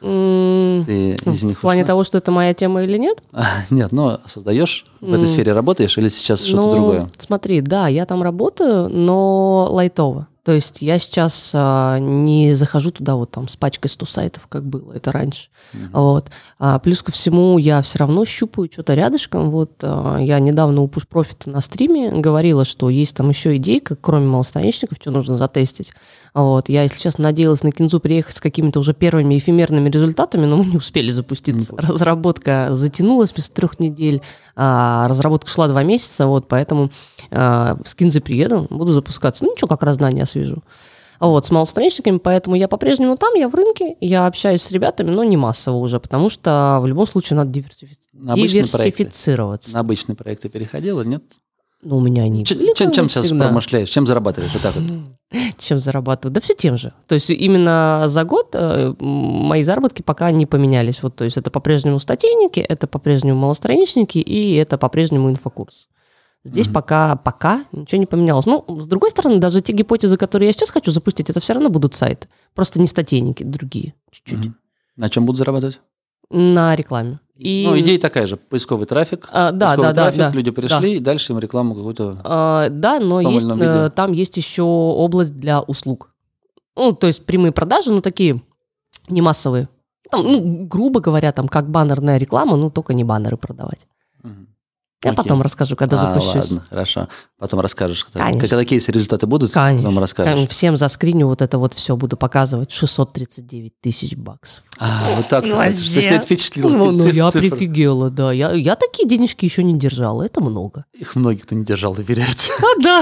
М, Ты из них В плане ушла? того, что это моя тема или нет? А, нет, ну, создаешь, в этой М. сфере работаешь или сейчас что-то Ну, другое? смотри, да, я там работаю, но лайтово. То есть я сейчас а, не захожу туда вот там с пачкой сто сайтов, как было это раньше. Вот. А, плюс ко всему я все равно щупаю что-то рядышком. Вот а, я недавно у Push Profit на стриме говорила, что есть там еще идейка, кроме малостраничников, что нужно затестить. Вот. Я, если честно, надеялась на Кинзу приехать с какими-то уже первыми эфемерными результатами, но мы не успели запуститься. Ну, Разработка затянулась без трех недель, а разработка шла два месяца, вот, поэтому а, с Кинзы приеду, буду запускаться. Ну ничего, как раз знания освежу. Вот, с малостраничниками, поэтому я по-прежнему там, я в рынке, я общаюсь с ребятами, но не массово уже, потому что в любом случае надо диверсифи- На обычные проекты. диверсифицироваться. На обычные проекты переходил или нет? Ну, у меня они Ч- были, чем как чем бы, сейчас всегда. промышляешь? Чем зарабатываешь? Вот так вот. Чем зарабатываю? Да все тем же. То есть именно за год э, м, мои заработки пока не поменялись. Вот, то есть это по-прежнему статейники, это по-прежнему малостраничники и это по-прежнему инфокурс. Здесь Мгм. пока, пока ничего не поменялось. Ну, с другой стороны, даже те гипотезы, которые я сейчас хочу запустить, это все равно будут сайты. Просто не статейники, другие. Чуть-чуть. Мгм. На чем будут зарабатывать? На рекламе. И, Ну, идея такая же. Поисковый трафик. А, да, Поисковый да, да, трафик, да, люди пришли, и дальше им рекламу какую-то... а, да, но в том или есть, ином э, виде. там есть еще область для услуг. Ну, то есть прямые продажи, ну, такие не массовые. Там, ну, грубо говоря, там как баннерная реклама, ну, только не баннеры продавать. Мгм. Я Окей. потом расскажу, когда А, запущусь. ладно, хорошо. Потом расскажешь. Когда, Конечно. когда какие результаты будут, Конечно. потом расскажешь. Конечно. Всем заскриню вот это вот все, буду показывать. шестьсот тридцать девять тысяч баксов. А, вот так. Ну, Ты вообще. себя впечатлил. Ну, ну, циф- я цифры. прифигела, да. Я, я такие денежки еще не держала, это много. Их многих кто не держал, доверяете. А, да.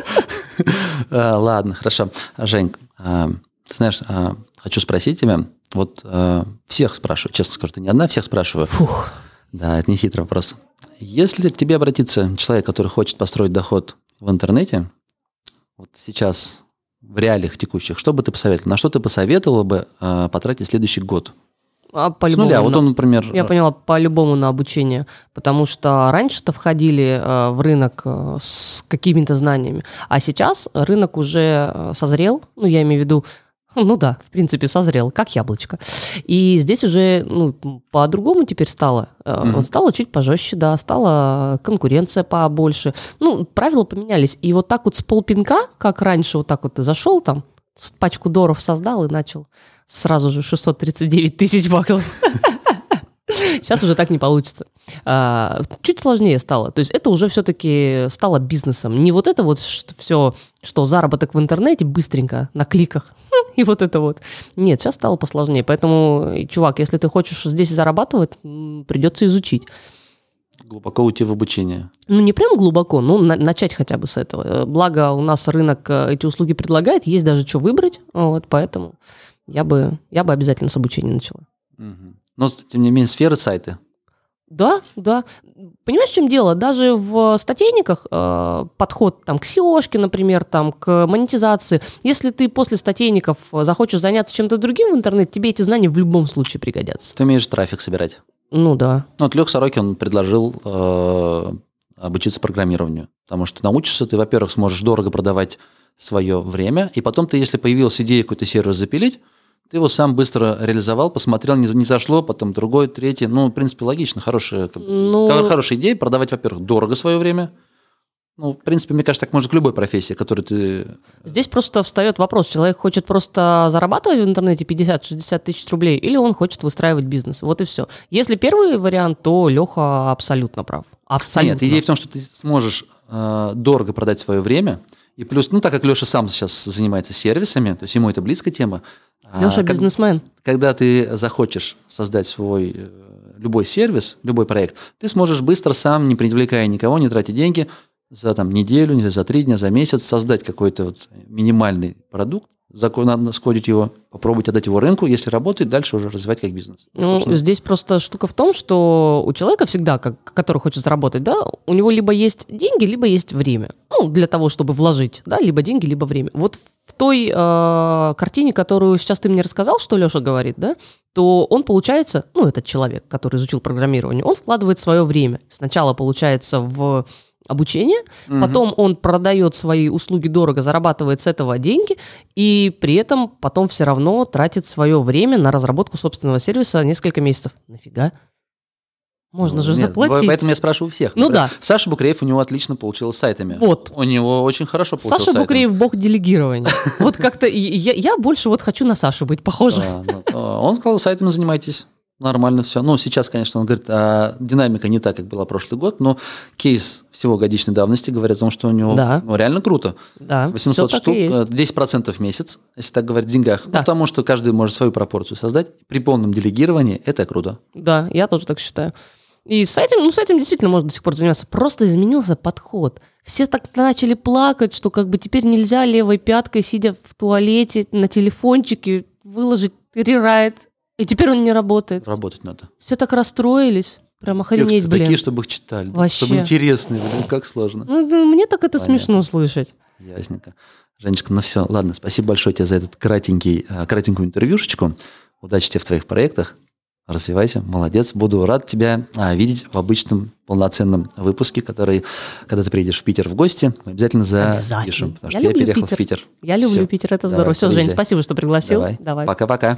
А, Ладно, хорошо. Жень, а, ты знаешь, а, хочу спросить тебя. Вот а, всех спрашиваю, честно скажу, ты не одна, всех спрашиваю. Фух. Да, это не хитрый вопрос. Если к тебе обратится человек, который хочет построить доход в интернете, вот сейчас в реалиях текущих, что бы ты посоветовал? На что ты посоветовала бы а, потратить следующий год? А С по-любому нуля. Вот на- он, например... Я поняла, по-любому на обучение, потому что раньше-то входили э, в рынок э, с какими-то знаниями, а сейчас рынок уже э, созрел, ну, я имею в виду, ну да, в принципе, созрел, как яблочко. И здесь уже ну, по-другому теперь стало. Э, Мгм. Стало чуть пожестче, да, стала конкуренция побольше. Ну, правила поменялись. И вот так вот с полпинка, как раньше, вот так вот ты зашел там, с- пачку долларов создал и начал сразу же шестьсот тридцать девять тысяч баксов. Сейчас уже так не получится. А, чуть сложнее стало. То есть это уже все-таки стало бизнесом. Не вот это вот все, что заработок в интернете быстренько, на кликах. И вот это вот. Нет, сейчас стало посложнее. Поэтому, чувак, если ты хочешь здесь зарабатывать, м, придется изучить. Глубоко уйти в обучение. Ну, не прям глубоко, но на- начать хотя бы с этого. Э, Благо, у нас рынок э, эти услуги предлагает, есть даже что выбрать. Вот, поэтому я бы, я бы обязательно с обучения начала. Мгм. Но, тем не менее, сферы сайты. Да, да. Понимаешь, в чем дело? Даже в статейниках э, подход там, к сеошке, например, там, к монетизации. Если ты после статейников захочешь заняться чем-то другим в интернете, тебе эти знания в любом случае пригодятся. Ты умеешь трафик собирать. Ну да. Ну, вот Лех Сорокин предложил э, обучиться программированию. Потому что научишься, ты, во-первых, сможешь дорого продавать свое время, и потом ты, если появилась идея какой-то сервис запилить, ты его сам быстро реализовал, посмотрел, не, не зашло, потом другой, третий. Ну, в принципе, логично, хорошая, Ну- хорошая идея, продавать, во-первых, дорого свое время. Ну, в принципе, мне кажется, так может к любой профессии, которую ты... Здесь просто встает вопрос, человек хочет просто зарабатывать в интернете пятьдесят-шестьдесят тысяч рублей, или он хочет выстраивать бизнес. Вот и все. Если первый вариант, то Леха абсолютно прав. Абсолютно. Нет, идея в том, что ты сможешь э, дорого продать свое время, и плюс, ну, так как Леша сам сейчас занимается сервисами, то есть ему это близкая тема. Леша а, как- бизнесмен. Когда ты захочешь создать свой э, любой сервис, любой проект, ты сможешь быстро сам, не привлекая никого, не тратя деньги, за там, неделю, не знаю, за три дня, за месяц создать какой-то вот минимальный продукт, закон- надо скодить его, попробовать отдать его рынку, если работает, дальше уже развивать как бизнес. Ну, Собственно. здесь просто штука в том, что у человека всегда, как, который хочет заработать, да, у него либо есть деньги, либо есть время. Ну, для того, чтобы вложить, да, либо деньги, либо время. Вот в той э, картине, которую сейчас ты мне рассказал, что Леша говорит, да, то он, получается, ну, этот человек, который изучил программирование, он вкладывает свое время. Сначала, получается, в обучение, Мгм. потом он продает свои услуги дорого, зарабатывает с этого деньги, и при этом потом все равно тратит свое время на разработку собственного сервиса несколько месяцев. Нафига? Можно же Нет, заплатить. Поэтому я спрашиваю всех. Ну Например, да. Саша Букреев, у него отлично получилось с сайтами. Вот. У него очень хорошо получилось с Саша сайтами. Букреев бог делегирования. Вот как-то и- я, я больше вот хочу на Сашу быть похожа. Да, ну, а он сказал, сайтами занимайтесь. Нормально все. Ну, сейчас, конечно, он говорит, а динамика не так, как была прошлый год, но кейс всего годичной давности говорит о том, что у него Да. ну, реально круто. Да, восемьсот всё так штук, и есть. э, десять процентов в месяц, если так говорить в деньгах. Да. Ну, потому что каждый может свою пропорцию создать. При полном делегировании это круто. Да, я тоже так считаю. И с этим, ну, с этим действительно можно до сих пор заниматься. Просто изменился подход. Все так начали плакать, что как бы теперь нельзя левой пяткой, сидя в туалете на телефончике, выложить рерайт. И теперь он не работает. Работать надо. Все так расстроились. Прям охренеть, Тексты блин. такие, чтобы их читали. Вообще. Чтобы интересные. Блин, как сложно. Ну, да, мне так это Понятно. смешно слышать. Ясненько. Женечка, ну все, ладно, спасибо большое тебе за этот кратенький, а, кратенькую интервьюшечку. Удачи тебе в твоих проектах. Развивайся, молодец. Буду рад тебя а, видеть в обычном полноценном выпуске, который, когда ты приедешь в Питер в гости, мы обязательно запишем. Обязательно. Потому Я что я люблю переехал Питер. в Питер. Я люблю Всё. Питер, это Давай, здорово. Все, Жень, приезжай. спасибо, что пригласил. Давай. Давай. Пока-пока.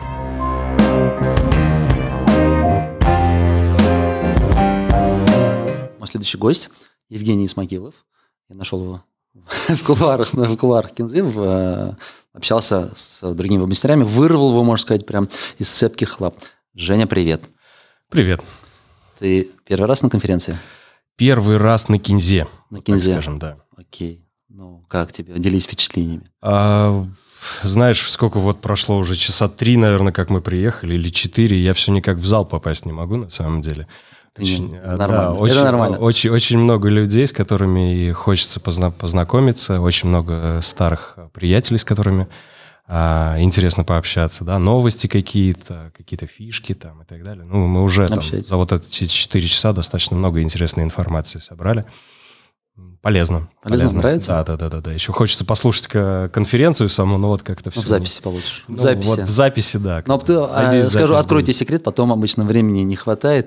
Мой следующий гость Евгений Исмагилов. Я нашел его в кулуарах, в кулуарах Кинзы, в, э, общался с другими веб-мастерами, вырвал его, можно сказать, прям из цепких лап. Женя, привет. Привет. Ты первый раз на конференции? Первый раз на Кинзе. На вот так Кинзе. скажем, да. Окей. Ну, как тебе? Делись впечатлениями. А, знаешь, сколько вот прошло уже часа три, наверное, как мы приехали, или четыре, я все никак в зал попасть не могу, на самом деле. Очень, Не, а, нормально. да, Это очень, нормально. Очень, очень много людей, с которыми и хочется позна- познакомиться, очень много старых приятелей, с которыми а, интересно пообщаться, да, новости какие-то, какие-то фишки там и так далее. Ну, мы уже там, Общайтесь. за вот эти четыре часа достаточно много интересной информации собрали. Полезно. Полезно? Нравится? Да, да, да, да, да. Еще хочется послушать к- конференцию саму, но вот как-то все. Ну, в записи получишь. Ну, В записи. Вот в записи, да. Но ты, а, Надеюсь, скажу, запись откройте будет. секрет, потом обычно времени не хватает.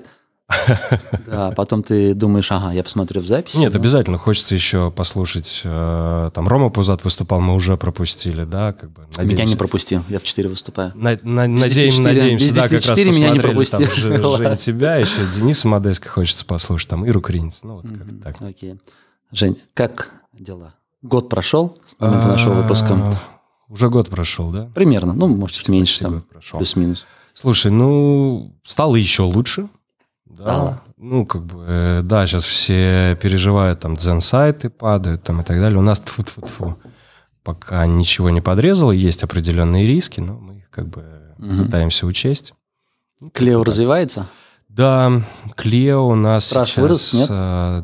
Да, потом ты думаешь, ага, я посмотрю в записи. Нет, но- обязательно хочется еще послушать. э, Там Рома Пузат выступал, мы уже пропустили, да, как бы. Меня надеемся. не пропустил, я в четыре выступаю. На- на- Без надеем- десяти четыре надеемся, без да, как десяти раз четыре меня не посмотрели там пропустил. Ж- Ладно. Жень, тебя, еще Дениса Модеска хочется послушать, там Иру Кринец, ну вот как-то так. Окей. Жень, как дела? Год прошел с момента нашего А, выпуска? Уже год прошел, да? Примерно, ну, может, чуть меньше, Почти там, год прошел. плюс-минус. Слушай, ну, стало еще лучше. Да. Стало? Ну, как бы, э, да, сейчас все переживают, там, дзен-сайты падают, там, и так далее. У нас, тьфу-тьфу-тьфу, пока ничего не подрезало, есть определенные риски, но мы их, как бы, Мгм. пытаемся учесть. Ну, Клео как-то так. развивается? Да, Клео у нас Траш сейчас вырос, нет? э,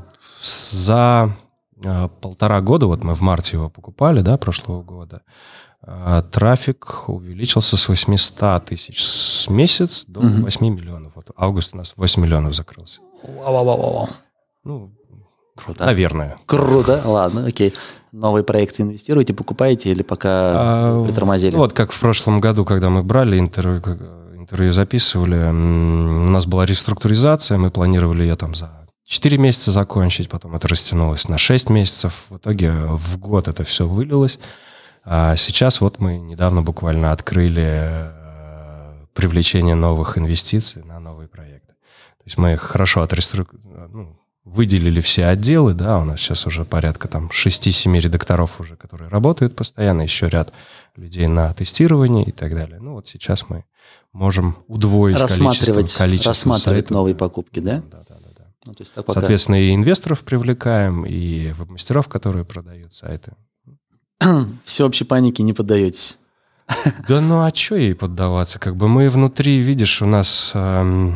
за э, полтора года, вот мы в марте его покупали, да, прошлого года, э, трафик увеличился с восемьсот тысяч с месяц до Мгм. восемь миллионов. Вот август у нас восемь миллионов закрылся. Вау-вау-вау-вау. Ну, Круто. наверное. Круто, ладно, окей. Новые проекты инвестируете, покупаете или пока А, притормозили? ну, вот как в прошлом году, когда мы брали интервью, как, э, интервью записывали, м, у нас была реструктуризация, мы планировали ее там за четыре месяца закончить, потом это растянулось на шесть месяцев. В итоге в год это все вылилось. А сейчас вот мы недавно буквально открыли привлечение новых инвестиций на новые проекты. То есть мы хорошо отреструктурировали, ну, выделили все отделы, да, у нас сейчас уже порядка там шести-семи редакторов уже, которые работают постоянно, еще ряд людей на тестирование и так далее. Ну вот сейчас мы можем удвоить количество, количество рассматривать сайтов. новые покупки, да? Да, да, да. да. Ну, то есть так пока... Соответственно, и инвесторов привлекаем, и веб-мастеров, которые продают сайты. Всеобщей панике не поддаетесь. Да ну а что ей поддаваться? Как бы мы внутри, видишь, у нас эм,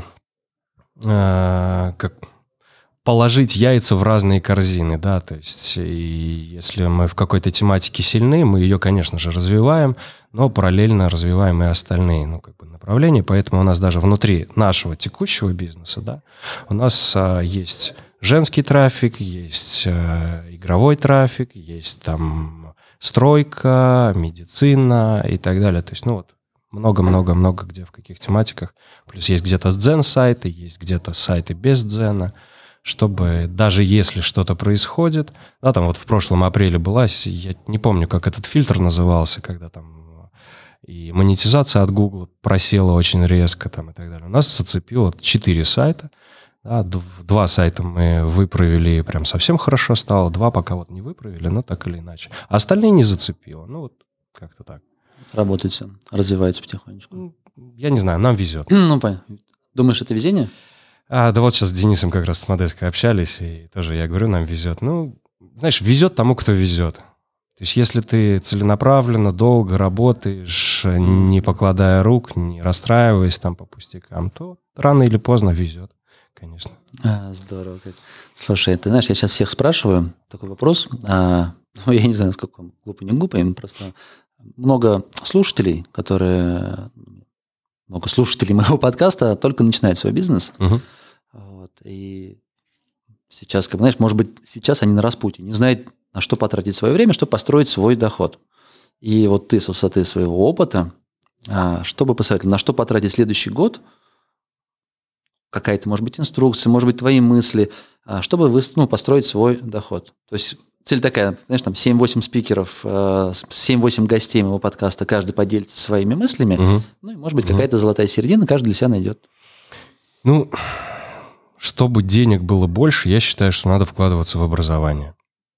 э, как положить яйца в разные корзины, да, то есть и если мы в какой-то тематике сильны, мы ее, конечно же, развиваем, но параллельно развиваем и остальные, ну, как бы направления, поэтому у нас даже внутри нашего текущего бизнеса, да, у нас э, есть женский трафик, есть э, игровой трафик, есть там стройка, медицина и так далее. То есть, ну вот, много-много-много где, в каких тематиках. Плюс есть где-то дзен-сайты, есть где-то сайты без дзена, чтобы даже если что-то происходит... Да, там вот в прошлом апреле была, я не помню, как этот фильтр назывался, когда там и монетизация от Google просела очень резко там и так далее. У нас зацепило четыре сайта. Да, два сайта мы выправили, прям совсем хорошо стало. Два пока вот не выправили, но так или иначе. А остальные не зацепило. Ну, вот как-то так. Работает все, развивается потихонечку. Я не знаю, нам везет. Ну, понятно. Думаешь, это везение? А, да вот сейчас с Денисом как раз с Модеской общались, и тоже я говорю, нам везет. Ну, знаешь, везет тому, кто везет. То есть если ты целенаправленно, долго работаешь, не покладая рук, не расстраиваясь там по пустякам, то рано или поздно везет. Конечно. А, здорово. Слушай, ты знаешь, я сейчас всех спрашиваю такой вопрос. А, ну, я не знаю, насколько он глупый, не глупый. Просто много слушателей, которые... Много слушателей моего подкаста только начинают свой бизнес. Угу. Вот, и сейчас, как знаешь, может быть, сейчас они на распутье. Не знают, на что потратить свое время, чтобы построить свой доход. И вот ты с высоты своего опыта, а, что бы посоветовал, на что потратить следующий год, какая-то, может быть, инструкция, может быть, твои мысли, чтобы вы, ну, построить свой доход. То есть цель такая, знаешь, там семь-восемь спикеров, семь-восемь гостей моего подкаста, каждый поделится своими мыслями, угу. Ну и, может быть, какая-то золотая середина, каждый для себя найдет. Ну, чтобы денег было больше, я считаю, что надо вкладываться в образование.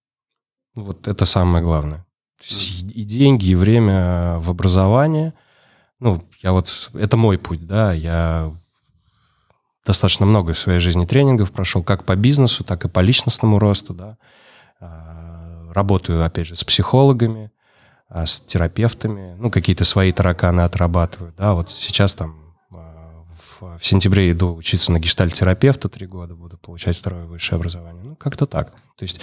Вот это самое главное. То есть и деньги, и время в образование. Ну, я вот... Это мой путь, да, я... Достаточно много в своей жизни тренингов прошел, как по бизнесу, так и по личностному росту. Да. Работаю, опять же, с психологами, с терапевтами. Ну, какие-то свои тараканы отрабатываю. Да. Вот сейчас там в, в сентябре иду учиться на гештальт-терапевта три года, буду получать второе высшее образование. Ну, как-то так. То есть,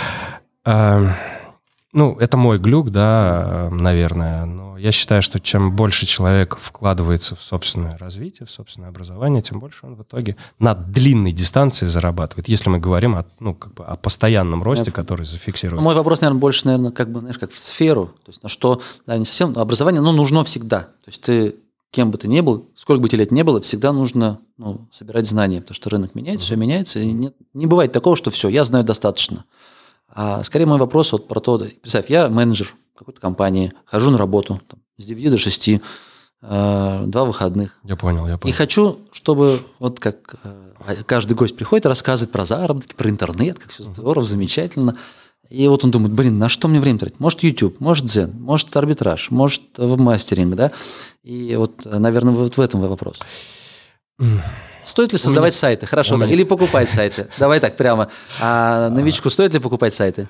э, ну, это мой глюк, да, наверное, но я считаю, что чем больше человек вкладывается в собственное развитие, в собственное образование, тем больше он в итоге на длинной дистанции зарабатывает, если мы говорим о, ну, как бы о постоянном росте, я... который зафиксирован. Мой вопрос, наверное, больше, наверное, как бы, знаешь, как в сферу, то есть на что, да, не совсем, образование, но нужно всегда. То есть ты, кем бы ты ни был, сколько бы тебе лет ни было, всегда нужно, ну, собирать знания, потому что рынок меняется, mm-hmm. все меняется, и нет, не бывает такого, что все, я знаю достаточно. А скорее мой вопрос вот про то, представь, я менеджер какой-то компании, хожу на работу там, с девяти до шести, э, два выходных. Я понял, я понял. И хочу, чтобы вот как э, каждый гость приходит, рассказывает про заработки, про интернет, как все здорово, замечательно. И вот он думает, блин, на что мне время тратить? Может, YouTube, может, Дзен, может, арбитраж, может, веб-мастеринг, да? И вот, наверное, вот в этом вопрос. Стоит ли создавать меня... сайты? Хорошо, да. Меня... Или покупать сайты? Давай так прямо. А новичку стоит ли покупать сайты?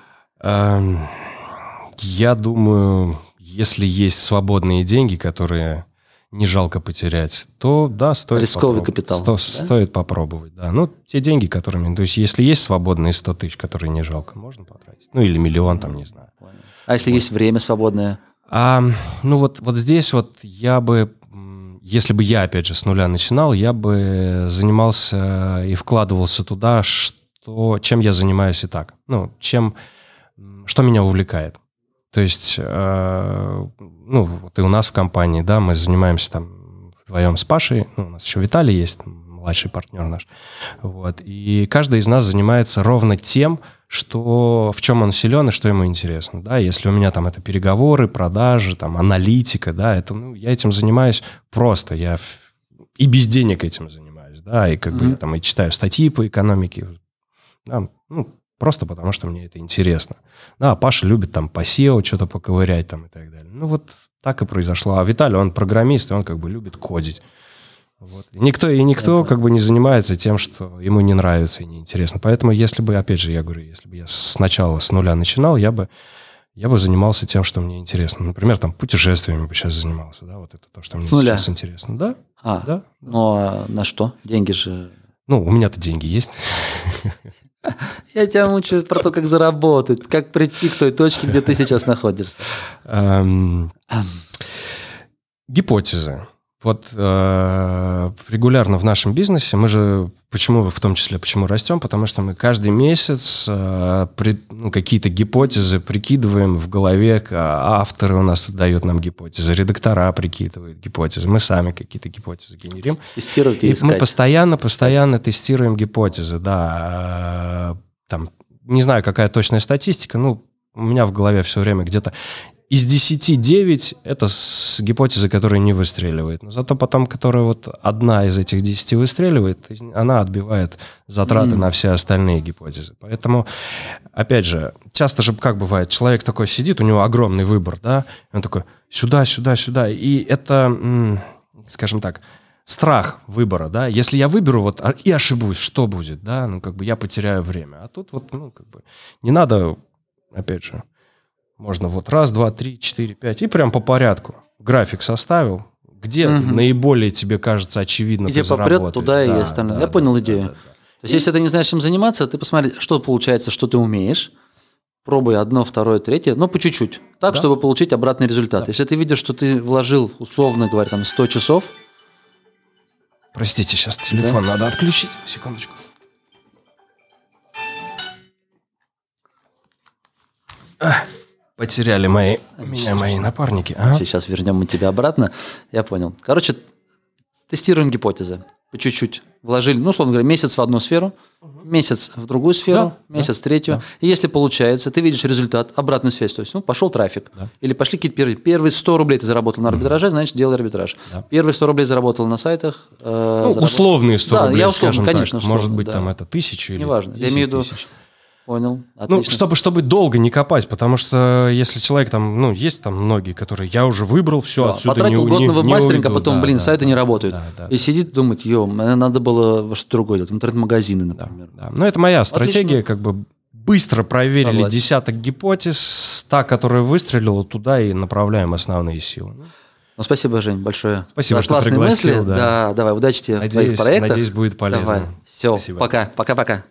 Я думаю, если есть свободные деньги, которые не жалко потерять, то да, стоит рисковый капитал. Сто... Да? Стоит попробовать, да. Ну, те деньги, которыми... То есть, если есть свободные сто тысяч, которые не жалко, можно потратить. Ну, или миллион, там, не знаю. А если вот. Есть время свободное? А, ну, вот, вот здесь вот я бы... Если бы я, опять же, с нуля начинал, я бы занимался и вкладывался туда, что, чем я занимаюсь и так. Ну, чем, что меня увлекает. То есть, э, ну, вот и у нас в компании, да, мы занимаемся там вдвоем с Пашей, ну, у нас еще Виталий есть, младший партнер наш, вот, и каждый из нас занимается ровно тем, что, в чем он силен и что ему интересно. Да? Если у меня там это переговоры, продажи, там, аналитика, да, это, ну, я этим занимаюсь просто. Я и без денег этим занимаюсь. Да? И как mm-hmm. бы я там и читаю статьи по экономике. Да? Ну, просто потому, что мне это интересно. Да, Паша любит там по сео что-то поковырять там и так далее. Ну, вот так и произошло. А Виталий, он программист, и он как бы любит кодить. Вот. И никто, и никто как бы не занимается тем, что ему не нравится и неинтересно. Поэтому, если бы, опять же, я говорю, если бы я сначала с нуля начинал, я бы, я бы занимался тем, что мне интересно. Например, там, путешествиями бы сейчас занимался. Да? Вот это то, что мне с сейчас нуля. Интересно. Да? А, да. Ну, а на что? Деньги же... Ну, у меня-то деньги есть. Я тебя мучаю про то, как заработать, как прийти к той точке, где ты сейчас находишься. Гипотезы. Вот э, регулярно в нашем бизнесе мы же, почему в том числе, почему растем, потому что мы каждый месяц э, при, ну, какие-то гипотезы прикидываем в голове, авторы у нас тут дают нам гипотезы, редактора прикидывают гипотезы, мы сами какие-то гипотезы генерим. Тестировать и, и искать. Мы постоянно, постоянно тестируем гипотезы, да. Там, не знаю, какая точная статистика, ну, у меня в голове все время где-то из десяти девять это с гипотезы, которая не выстреливает. Но зато потом, которая вот одна из этих десяти выстреливает, она отбивает затраты mm. на все остальные гипотезы. Поэтому, опять же, часто же как бывает, человек такой сидит, у него огромный выбор, да, и он такой сюда, сюда, сюда. И это, скажем так, страх выбора, да. Если я выберу вот и ошибусь, что будет, да, ну как бы я потеряю время. А тут вот, ну как бы не надо, опять же, можно вот раз, два, три, четыре, пять, и прям по порядку. График составил, где угу. наиболее тебе кажется очевидно, где ты заработаешь. Где попрет туда да, и остальное. Да, Я да, понял да, идею. Да, да, да. То есть, и... если ты не знаешь, чем заниматься, ты посмотри, что получается, что ты умеешь, пробуй одно, второе, третье, но по чуть-чуть, так, да. чтобы получить обратный результат. Да. Если ты видишь, что ты вложил, условно говоря, там сто часов... Простите, сейчас телефон да? надо отключить. Секундочку. Ах. Потеряли мои, меня мои напарники. Ага. Сейчас вернем мы тебя обратно. Я понял. Короче, тестируем гипотезы. По чуть-чуть. Вложили, ну, условно говоря, месяц в одну сферу, угу. месяц в другую сферу, да, месяц в да, третью. Да. И если получается, ты видишь результат, обратную связь. То есть, ну, пошел трафик. Да. Или пошли какие-то первые. Первые сто рублей ты заработал на арбитраже, угу. значит, делай арбитраж. Да. Первые сто рублей заработал на сайтах. Э, ну, заработал... условные сто да, рублей, я условно, скажем конечно, так. условно, Может быть, да. там это тысяча или неважно. Я имею в виду... Понял. Отлично. Ну, чтобы, чтобы долго не копать, потому что если человек там, ну, есть там многие, которые я уже выбрал, все, да, отсюда потратил не год на веб-мастеринг, а уйду. потом, да, блин, да, сайты да, не работают. Да, да, и да. сидит, думает, ё, мне надо было во что-то другое делать, интернет-магазины, например. Да, да. Ну, это моя стратегия, отлично. Как бы быстро проверили Согласен. десяток гипотез, та, которая выстрелила, туда и направляем основные силы. Ну, спасибо, Жень, большое. Спасибо, за что классные пригласил. мысли. Да. да, давай, удачи тебе надеюсь, в твоих проектах. Надеюсь, будет полезно. Давай, все, спасибо. пока, пока-пока.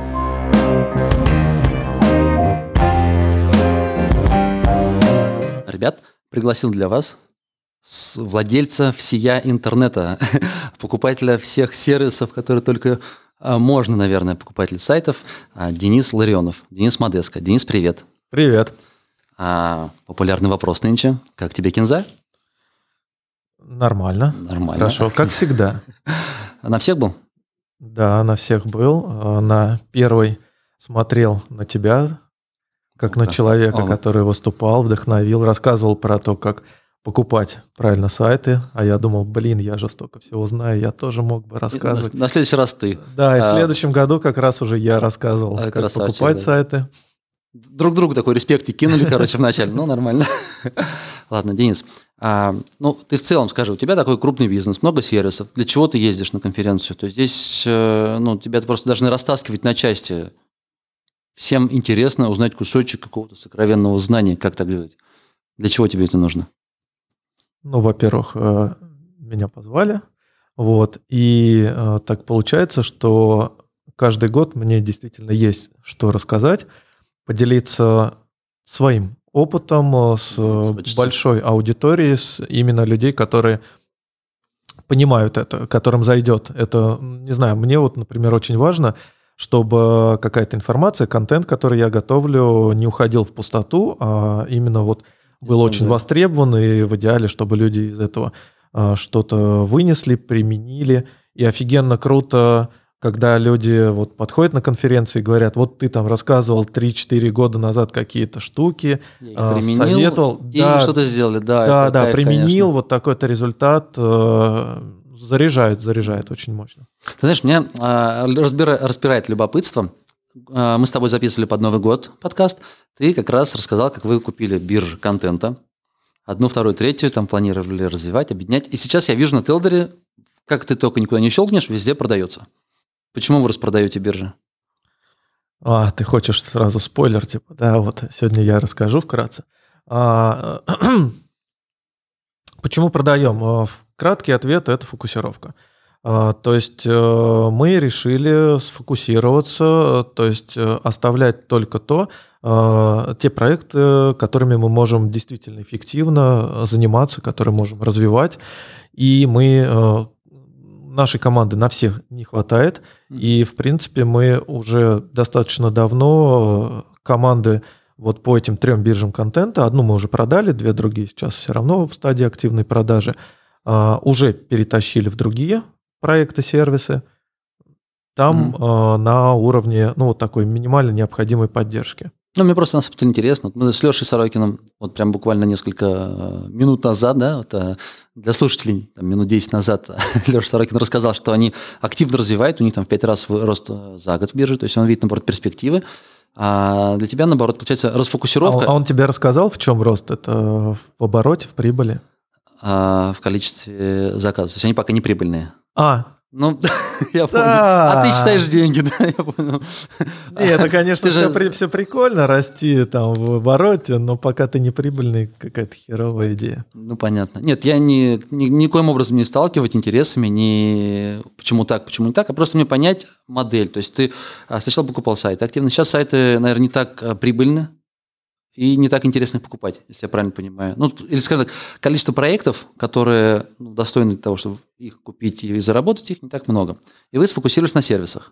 Ребят, пригласил для вас владельца всея интернета, покупателя всех сервисов, которые только можно, наверное, покупатель сайтов, Денис Ларионов. Денис Модеско. Денис, привет. Привет. А, популярный вопрос нынче. Как тебе кинза? Нормально. Нормально. Хорошо, как всегда. На всех был? Да, на всех был. На первый смотрел на тебя, как на человека, О. который выступал, вдохновил, рассказывал про то, как покупать правильно сайты. А я думал, блин, я же столько всего знаю, я тоже мог бы рассказывать. На, на следующий раз ты. Да, и а, в следующем году как раз уже я рассказывал, как покупать да. сайты. Друг другу такой респектик кинули, короче, вначале. Ну, нормально. Ладно, Денис, а, ну, ты в целом скажи, у тебя такой крупный бизнес, много сервисов. Для чего ты ездишь на конференцию? То есть здесь, ну, тебя просто должны растаскивать на части. Всем интересно узнать кусочек какого-то сокровенного знания, как так делать. Для чего тебе это нужно? Ну, во-первых, меня позвали, вот, и так получается, что каждый год мне действительно есть что рассказать, поделиться своим опытом с Хочется. большой аудиторией, с именно людей, которые понимают это, которым зайдет. Это, не знаю, мне вот, например, очень важно, чтобы какая-то информация, контент, который я готовлю, не уходил в пустоту, а именно вот был очень востребован, и в идеале, чтобы люди из этого что-то вынесли, применили. И офигенно круто когда люди вот подходят на конференции и говорят, вот ты там рассказывал три-четыре года назад какие-то штуки, Я их а, применил, советовал. и да, что-то сделали. Да, да, это да, кайф, применил, конечно. вот такой-то результат, э, заряжает, заряжает очень мощно. Ты знаешь, меня а, разбира- распирает любопытство. А, мы с тобой записывали под Новый год подкаст. Ты как раз рассказал, как вы купили биржу контента. Одну, вторую, третью, там планировали развивать, объединять. И сейчас я вижу на Телдере, как ты только никуда не щелкнешь, везде продается. Почему вы распродаете биржи? А, ты хочешь сразу спойлер, типа, да, вот сегодня я расскажу вкратце. А, почему продаем? Краткий ответ – это фокусировка. А, то есть мы решили сфокусироваться, то есть оставлять только то, те проекты, которыми мы можем действительно эффективно заниматься, которые можем развивать. И мы, нашей команды на всех не хватает. И, в принципе, мы уже достаточно давно команды вот по этим трем биржам контента, одну мы уже продали, две другие сейчас все равно в стадии активной продажи, уже перетащили в другие проекты, сервисы. Там mm-hmm. на уровне, ну, вот такой минимально необходимой поддержки. Ну, мне просто на самом деле интересно. Мы с Лешей Сорокиным вот прям буквально несколько минут назад, да, вот, для слушателей, там, минут десять назад Леша Сорокин рассказал, что они активно развивают, у них там в пять раз рост за год в бирже, то есть он видит, наоборот, перспективы. А для тебя, наоборот, получается расфокусировка. А, а он тебе рассказал, в чем рост? Это в обороте, в прибыли? А, в количестве заказов. То есть они пока не прибыльные. А, Ну, я понял. Да. А ты считаешь деньги, да, я понял. Не, это, конечно, Ты же- все, при- все прикольно расти там в обороте, но пока ты не прибыльный, какая-то херовая идея. Ну, понятно. Нет, я ни, ни, никоим образом не сталкивать интересами, ни почему так, почему не так, а просто мне понять модель. То есть ты а, сначала покупал сайты активно, сейчас сайты, наверное, не так а, прибыльны и не так интересно их покупать, если я правильно понимаю. Ну, или, скажем так, количество проектов, которые ну, достойны того, чтобы их купить и заработать, их не так много. И вы сфокусировались на сервисах.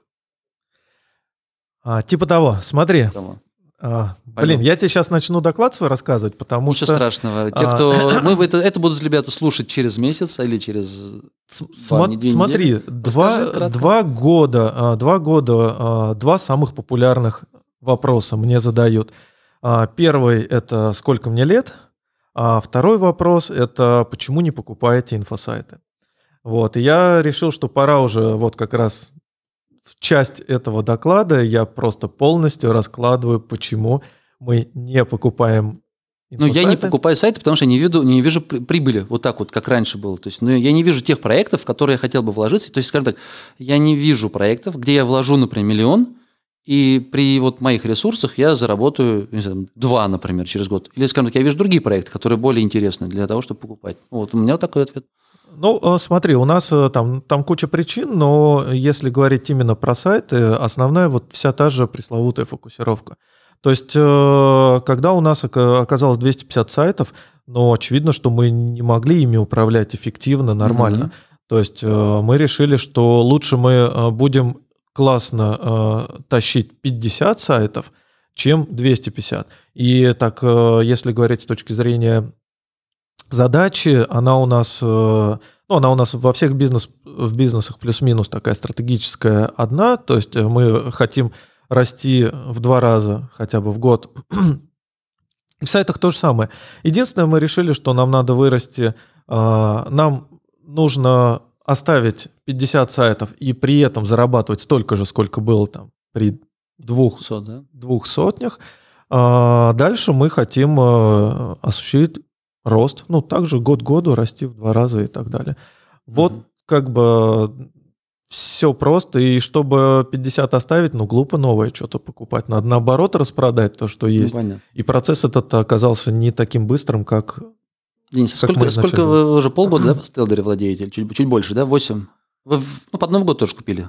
А, типа того, смотри. Того. А, Пойдем. блин, я тебе сейчас начну доклад свой рассказывать, потому Ничего что... страшного. Те, а, кто... Мы, это, это будут ребята слушать через месяц или через... С- Два, смо- не- две Смотри, недели. два, Расскажи кратко. два года, а, два года, а, два самых популярных вопроса мне задают. А, Первый – это сколько мне лет, а второй вопрос – это почему не покупаете инфосайты. Вот, и я решил, что пора уже вот как раз в часть этого доклада я просто полностью раскладываю, почему мы не покупаем Ну, инфосайты. я не покупаю сайты, потому что я не вижу, не вижу при- прибыли, вот так вот, как раньше было. То есть, ну, я не вижу тех проектов, в которые я хотел бы вложиться. То есть, скажем так, я не вижу проектов, где я вложу, например, миллион, и при вот моих ресурсах я заработаю, не знаю, два, например, через год. Или, скажем так, я вижу другие проекты, которые более интересны для того, чтобы покупать. Вот у меня вот такой ответ. Ну, э, смотри, у нас э, там, там куча причин, но если говорить именно про сайты, основная вот вся та же пресловутая фокусировка. То есть, э, когда у нас ока- оказалось двести пятьдесят сайтов, но очевидно, что мы не могли ими управлять эффективно, нормально. Мгм. То есть, э, мы решили, что лучше мы э, будем классно э, тащить пятьдесят сайтов, чем двести пятьдесят. И так, э, если говорить с точки зрения задачи, она у нас, э, ну, она у нас во всех бизнес, в бизнесах плюс-минус такая стратегическая одна, то есть э, мы хотим расти в два раза хотя бы в год. И в сайтах то же самое. Единственное, мы решили, что нам надо вырасти, э, нам нужно оставить пятьдесят сайтов и при этом зарабатывать столько же, сколько было там при двух, Со, да? двух сотнях. А дальше мы хотим э, осуществить рост, ну, также год к году расти в два раза и так далее. Вот Мгм. как бы все просто, и чтобы пятьдесят оставить, ну, глупо новое что-то покупать. Надо наоборот распродать то, что Ну, есть. понятно. И процесс этот оказался не таким быстрым, как... Денис, Как сколько, мы сколько изначально. вы уже полгода да, в Телдере владеете? Или Чуть, чуть больше, да? Восемь? Вы в- ну, под Новый год тоже купили?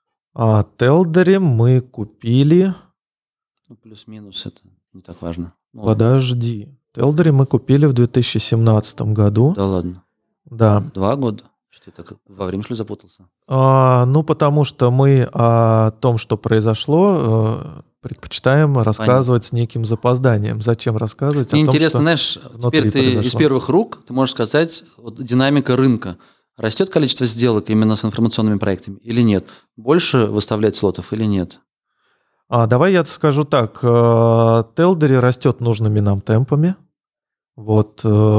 А Телдере мы купили... Ну, плюс-минус, это не так важно. Ну, Подожди. Телдере мы купили в две тысячи семнадцатом году. Да ладно. Да. Два года? Что я так во время, что ли, запутался? А, ну, потому что мы о том, что произошло, э, предпочитаем рассказывать с неким запозданием. Зачем рассказывать Мне о том, интересно, что... знаешь, внутри теперь ты из произошло. первых рук ты можешь сказать вот, динамика рынка. Растет количество сделок именно с информационными проектами или нет? Больше выставлять слотов или нет? А, давай я скажу так. Телдери растет нужными нам темпами. Вот.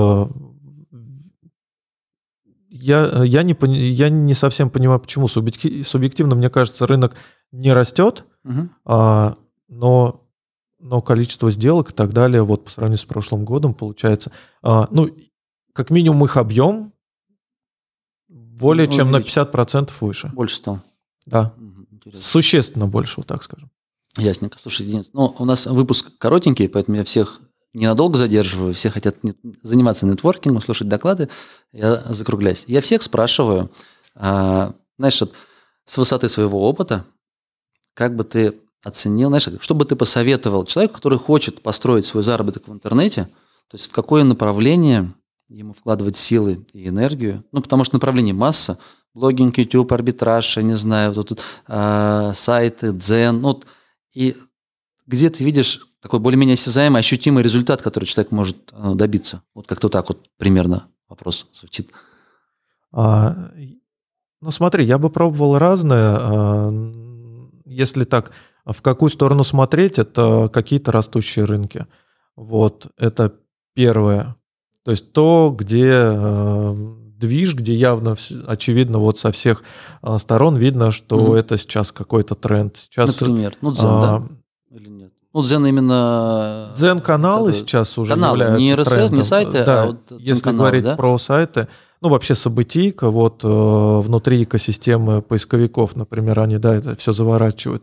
Я, я, не, я не совсем понимаю, почему субъективно, мне кажется, рынок не растет, угу. а, но, но количество сделок и так далее, вот по сравнению с прошлым годом, получается, а, ну, как минимум их объем более ну, чем на пятьдесят процентов выше. Больше стал? Да. Угу, существенно больше, вот так скажем. Ясненько. Слушай, Денис, ну, у нас выпуск коротенький, поэтому я всех ненадолго задерживаю, все хотят заниматься нетворкингом, слушать доклады, я закругляюсь. Я всех спрашиваю, а, знаешь, вот, с высоты своего опыта, как бы ты оценил, знаешь, что бы ты посоветовал человеку, который хочет построить свой заработок в интернете, то есть в какое направление ему вкладывать силы и энергию, ну, потому что направлений масса, блогинг, YouTube, арбитраж, я не знаю, вот тут а, сайты, Дзен, ну, и где ты видишь такой более-менее осязаемый, ощутимый результат, который человек может добиться? Вот как-то так вот примерно вопрос звучит. А, ну, смотри, я бы пробовал разное. А, если так, в какую сторону смотреть, это какие-то растущие рынки. Вот, это первое. То есть то, где а, движ, где явно, очевидно, вот со всех а, сторон видно, что mm-hmm. это сейчас какой-то тренд. Сейчас, например, ну, Дзен, а, да? Или нет? Ну, Дзен именно... Дзен-каналы сейчас уже каналы, являются не эр эс эс, трендом. Не сайты, да, а вот если говорить да? про сайты, ну, вообще событийка, вот э, внутри экосистемы поисковиков, например, они, да, это все заворачивают.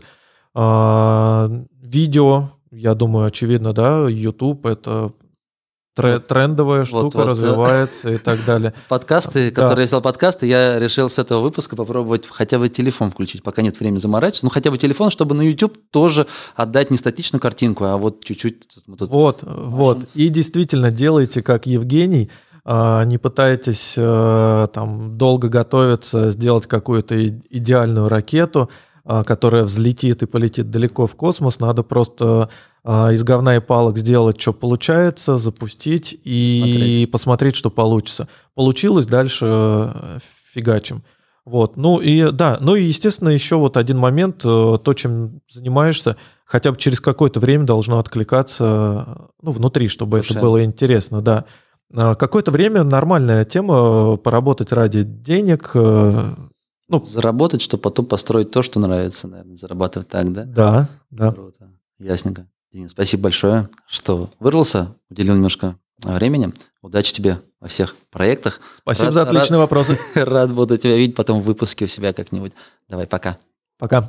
А, видео, я думаю, очевидно, да, YouTube — это трендовая вот, штука, вот, развивается да. и так далее. Подкасты, да. которые я сделал подкасты, я решил с этого выпуска попробовать хотя бы телефон включить, пока нет времени заморачиваться. Ну, хотя бы телефон, чтобы на YouTube тоже отдать не статичную картинку, а вот чуть-чуть. Вот, вот. вот. И действительно делайте, как Евгений, не пытайтесь там долго готовиться, сделать какую-то идеальную ракету, которая взлетит и полетит далеко в космос. Надо просто из говна и палок сделать, что получается, запустить и Смотреть. посмотреть, что получится. Получилось, дальше фигачим. Вот. Ну и да, ну и естественно еще вот один момент, то, чем занимаешься, хотя бы через какое-то время должно откликаться, ну, внутри, чтобы Слушай. это было интересно, да. Какое-то время нормальная тема поработать ради денег. Ну, заработать, чтобы потом построить то, что нравится, наверное, зарабатывать так, да? Да, да. Круто. Ясненько. Денис, спасибо большое, что вырвался, уделил немножко времени. Удачи тебе во всех проектах. Спасибо рад, за отличные рад, вопросы. Рад буду тебя видеть потом в выпуске у себя как-нибудь. Давай, пока. Пока.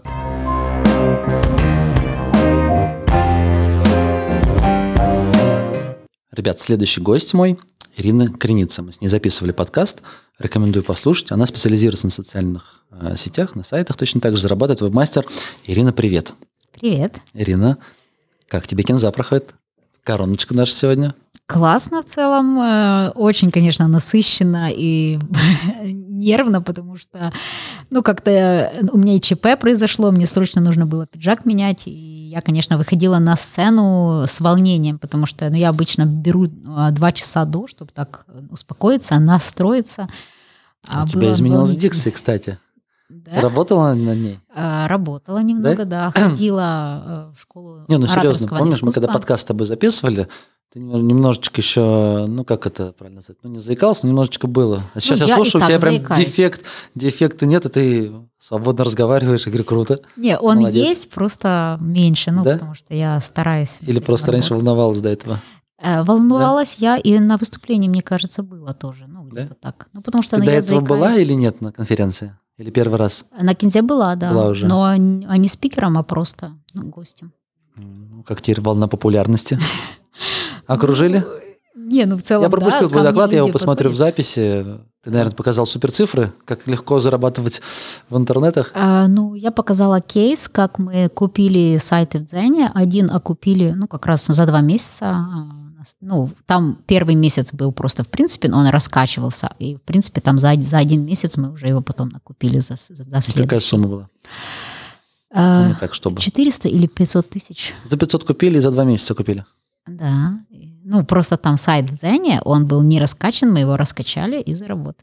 Ребят, следующий гость мой Ирина Криница. Мы с ней записывали подкаст. Рекомендую послушать. Она специализируется на социальных э, сетях, на сайтах. Точно так же зарабатывает веб-мастер. Ирина, привет. Привет. Ирина, как тебе кинза проходит? Короночка наша сегодня. Классно в целом. Очень, конечно, насыщенно и нервно, потому что, ну, как-то у меня и ЧП произошло, мне срочно нужно было пиджак менять, и я, конечно, выходила на сцену с волнением, потому что, ну, я обычно беру два часа до, чтобы так успокоиться, настроиться. А у тебя изменилась дикция, кстати. Да? Работала над ней? А, работала немного, да. да. Ходила в школу Не, ну серьезно, помнишь, искусства. Мы когда подкаст с тобой записывали, ты немножечко еще, ну как это правильно сказать, ну не заикался, но немножечко было. А сейчас ну, я, я слушаю, у тебя прям заикаюсь. дефект, дефекта нет, и ты свободно разговариваешь, я говорю, круто. Не, он Молодец. есть, просто меньше, ну да? потому что я стараюсь. Или просто работать. Раньше волновалась до этого? Волновалась да? я, и на выступлении, мне кажется, было тоже, ну где-то да? так. Ну потому что ты ну, до я этого заикаюсь. была или нет на конференции? Или первый раз? На кинзе была, да. Была уже. Но не спикером, а просто ну, гостем. Ну, как теперь волна популярности? Окружили? Не, ну в целом, я пропустил да, твой доклад, я его посмотрю подходят. в записи. Ты, наверное, показал суперцифры, как легко зарабатывать в интернетах. А, ну, я показала кейс, как мы купили сайты в Дзене. Один окупили, ну, как раз ну, за два месяца. Ну, там первый месяц был просто, в принципе, он раскачивался. И, в принципе, там за, за один месяц мы уже его потом накупили за, за следующий. Какая сумма была? А, ну, так, чтобы... четыреста или пятьсот тысяч. За пятьсот купили и за два месяца купили? Да. Ну, просто там сайт в Дзене, он был не раскачан, мы его раскачали и заработали.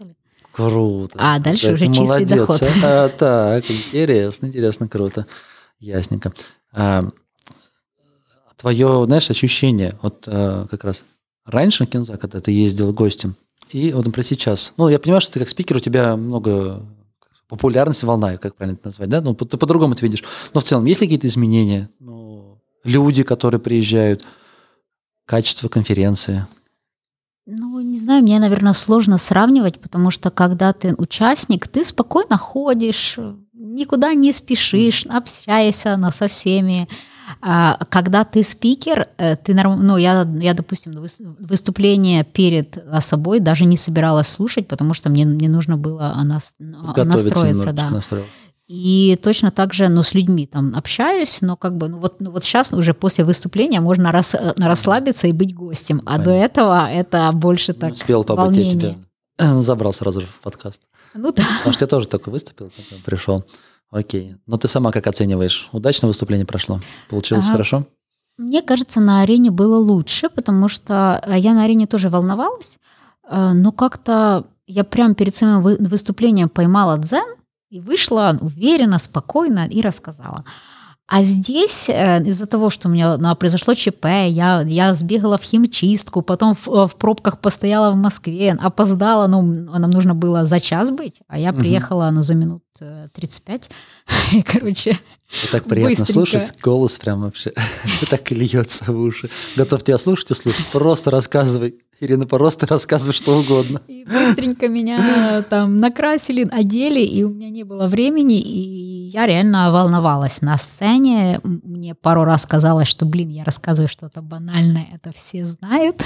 Круто. А дальше Да, уже ты чистый молодец, доход. а. А, так, интересно, интересно, круто. Ясненько. А, твое, знаешь, ощущение, вот а, как раз раньше на Кинза, когда ты ездил гостем, и вот, например, сейчас. Ну, я понимаю, что ты как спикер, у тебя много популярности, волна, как правильно это назвать, да? Ну, ты по-другому это видишь. Но в целом, есть ли какие-то изменения? Ну, люди, которые приезжают, качество конференции? Ну, не знаю, мне, наверное, сложно сравнивать, потому что когда ты участник, ты спокойно ходишь, никуда не спешишь, общаешься но со всеми. А когда ты спикер, ты норм... ну, я, я, допустим, выступление перед собой даже не собиралась слушать, потому что мне, мне нужно было нас... настроиться. Да. И точно так же, ну, с людьми там общаюсь, но как бы, ну вот, ну, вот сейчас уже после выступления можно рас, расслабиться и быть гостем, а Понятно. До этого это больше так успел побыть, волнение. Я тебя забрал сразу же в подкаст. Ну да. Потому что я тоже только выступил, потом пришел. Окей. Но ты сама как оцениваешь? Удачно выступление прошло? Получилось ага. хорошо? Мне кажется, на арене было лучше, потому что я на арене тоже волновалась, но как-то я прям перед самым выступлением поймала дзен, и вышла уверенно, спокойно и рассказала. А здесь из-за того, что у меня ну, произошло ЧП, я, я сбегала в химчистку, потом в, в пробках постояла в Москве, опоздала, ну, нам нужно было за час быть, а я угу. приехала ну, за минут тридцать пять. И, короче, и так приятно быстренько. Слушать, голос прям вообще так и льется в уши. Готов тебя слушать и слушать. Просто рассказывай. Ирина, просто рассказывай что угодно. И быстренько меня там накрасили, одели, и у меня не было времени, и я реально волновалась на сцене. Мне пару раз казалось, что, блин, я рассказываю что-то банальное, это все знают.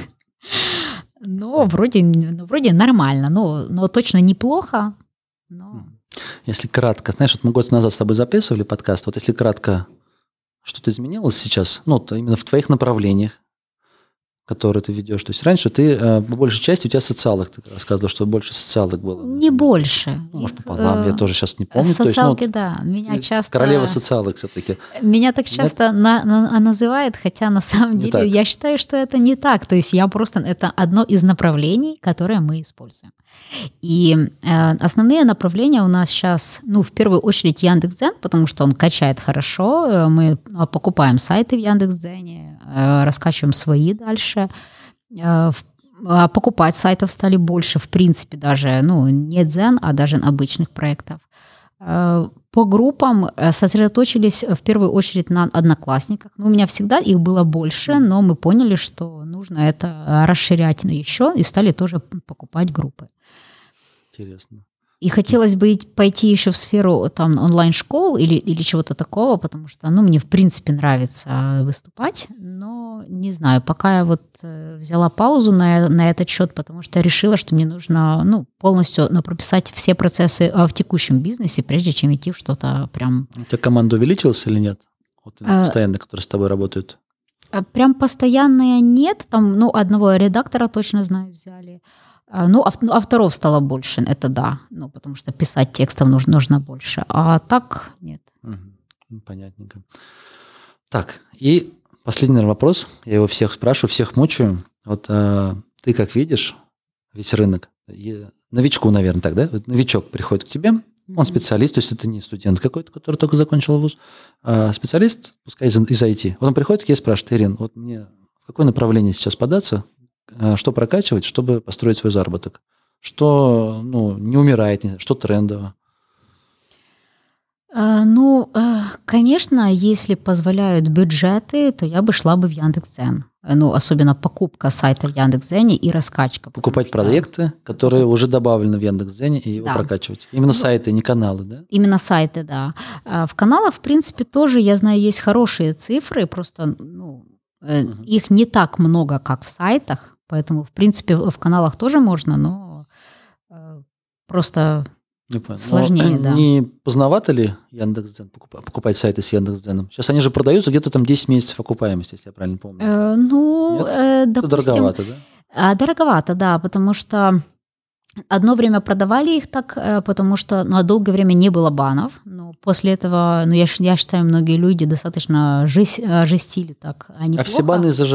Но вроде, ну, вроде нормально, но, но точно неплохо. Но... Если кратко, знаешь, вот мы год назад с тобой записывали подкаст, вот если кратко, что-то изменилось сейчас, ну, вот именно в твоих направлениях, которые ты ведешь. То есть раньше ты, по большей части, у тебя социалок, ты рассказывала, что больше социалок было. Не больше. Ну, может, пополам, я тоже сейчас не помню. Социалки, то есть, ну, да. Меня часто... Королева социалок все-таки. Меня так часто на, на, называют, хотя на самом деле так. Я считаю, что это не так. То есть я просто... Это одно из направлений, которое мы используем. И э, основные направления у нас сейчас, ну, в первую очередь Яндекс.Дзен, потому что он качает хорошо. Мы покупаем сайты в Яндекс.Дзене, э, раскачиваем свои дальше. Э, покупать сайтов стали больше, в принципе, даже, ну, не Дзен, а даже обычных проектов. Э, по группам сосредоточились в первую очередь на одноклассниках. Ну, у меня всегда их было больше, но мы поняли, что нужно это расширять еще, и стали тоже покупать группы. Интересно. И хотелось бы пойти еще в сферу там, онлайн-школ или, или чего-то такого, потому что ну, мне в принципе нравится выступать, но не знаю, пока я вот взяла паузу на, на этот счет, потому что я решила, что мне нужно ну, полностью ну, прописать все процессы в текущем бизнесе, прежде чем идти в что-то прям... У тебя команда увеличилась или нет? Вот, постоянно, которые с тобой работают? Прям постоянные нет, там ну, одного редактора точно знаю взяли. Ну, авторов стало больше, это да, ну, потому что писать текстов нужно, нужно больше, а так нет. Угу. Понятненько. Так, и последний, наверное, вопрос, я его всех спрашиваю, всех мучаю. Вот а, ты как видишь весь рынок, новичку, наверное, так, да? Вот новичок приходит к тебе, он специалист, то есть это не студент какой-то, который только закончил вуз, а специалист, пускай из, из ай ти. Вот он приходит к тебе и спрашивает: Ирин, вот мне в какое направление сейчас податься, что прокачивать, чтобы построить свой заработок? Что ну, не умирает, не знаю, что трендово? Ну, конечно, если позволяют бюджеты, то я бы шла бы в Яндекс.Дзен. Ну, особенно покупка сайта в Яндекс.Дзене и раскачка. Покупать что... проекты, которые уже добавлены в Яндекс.Дзене, и его да. прокачивать. Именно ну, сайты, не каналы, да? Именно сайты, да. В каналах, в принципе, тоже, я знаю, есть хорошие цифры, просто ну, uh-huh. их не так много, как в сайтах. Поэтому, в принципе, в каналах тоже можно, но э, просто сложнее, но, да. Не поздновато ли Яндекс.Дзен покупать, покупать сайты с Яндекс.Дзеном? Сейчас они же продаются где-то там десять месяцев окупаемости, если я правильно помню. Э, ну, э, допустим... Это дороговато, да? Э, дороговато, да, потому что одно время продавали их так, э, потому что ну, долгое время не было банов, но после этого, ну, я, я считаю, многие люди достаточно жест, жестили так. А, а все баны из-за жеста?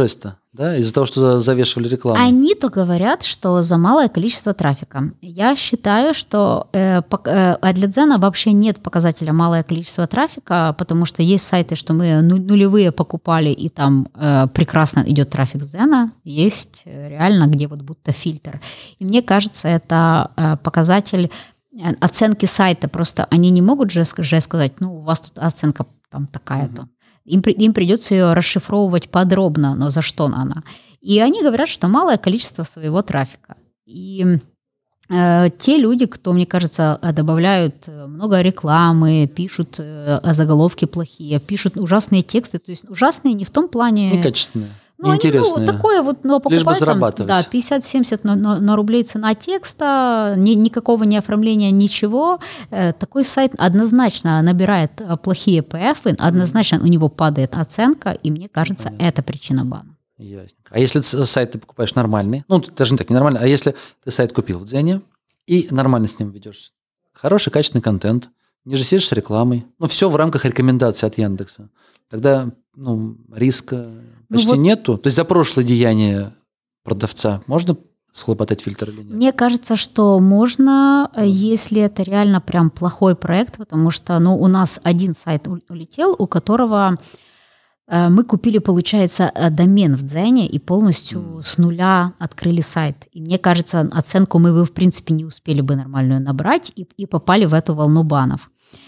Да, из-за того, что завешивали рекламу. Они-то говорят, что за малое количество трафика. Я считаю, что э, пок- э, а для Дзена вообще нет показателя малое количество трафика, потому что есть сайты, что мы ну- нулевые покупали, и там э, прекрасно идет трафик с Дзена. Есть э, реально, где вот будто фильтр. И мне кажется, это э, показатель э, оценки сайта. Просто они не могут же, же сказать, ну, у вас тут оценка там такая-то. Им, им придется ее расшифровывать подробно, но за что она. И они говорят, что малое количество своего трафика. И э, те люди, кто, мне кажется, добавляют много рекламы, пишут э, заголовки плохие, пишут ужасные тексты, то есть ужасные не в том плане... Некачественные. Ну, интересные. Они, ну, такое вот, но покупают, лишь бы зарабатывать. Там, да, пятьдесят-семьдесят на, на, на рублей цена текста, ни, никакого не оформления, ничего. Э, такой сайт однозначно набирает плохие пи эф, однозначно у него падает оценка, и мне кажется, Понятно. Это причина бана. Ясненько. А если сайт ты покупаешь нормальный, ну, даже не так, не нормальный, а если ты сайт купил в Дзене и нормально с ним ведешь, хороший, качественный контент, не же сидишь с рекламой, ну, все в рамках рекомендаций от Яндекса, тогда, ну, риска почти ну, вот... нету. То есть за прошлое деяние продавца можно схлопотать фильтр или нет? Мне кажется, что можно, если это реально прям плохой проект, потому что, ну, у нас один сайт улетел, у которого э, мы купили, получается, домен в Дзене и полностью mm. с нуля открыли сайт. И мне кажется, оценку мы бы, в принципе, не успели бы нормальную набрать и, и попали в эту волну банов.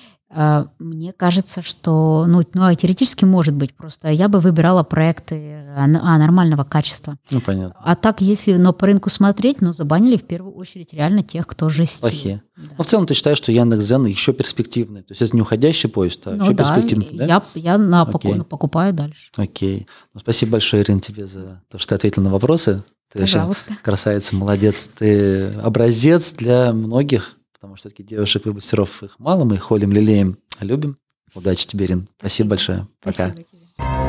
Мне кажется, что, ну, ну, теоретически может быть, просто я бы выбирала проекты а, нормального качества. Ну, понятно. А так, если но по рынку смотреть, ну, забанили в первую очередь реально тех, кто жестил. Плохие. Да. Но в целом ты считаешь, что Яндекс.Дзен еще перспективный? То есть это не уходящий поезд, а ну, еще да, перспективный, да? Я, я на покупаю, покупаю дальше. Окей. Ну, спасибо большое, Ирина, тебе за то, что ты ответила на вопросы. Ты Пожалуйста. Вообще красавица, молодец. Ты образец для многих, потому что все-таки девушек-мастеров их мало, мы их холим, лелеем, любим. Удачи тебе, Ирин. Спасибо, Спасибо большое. Пока. Спасибо тебе.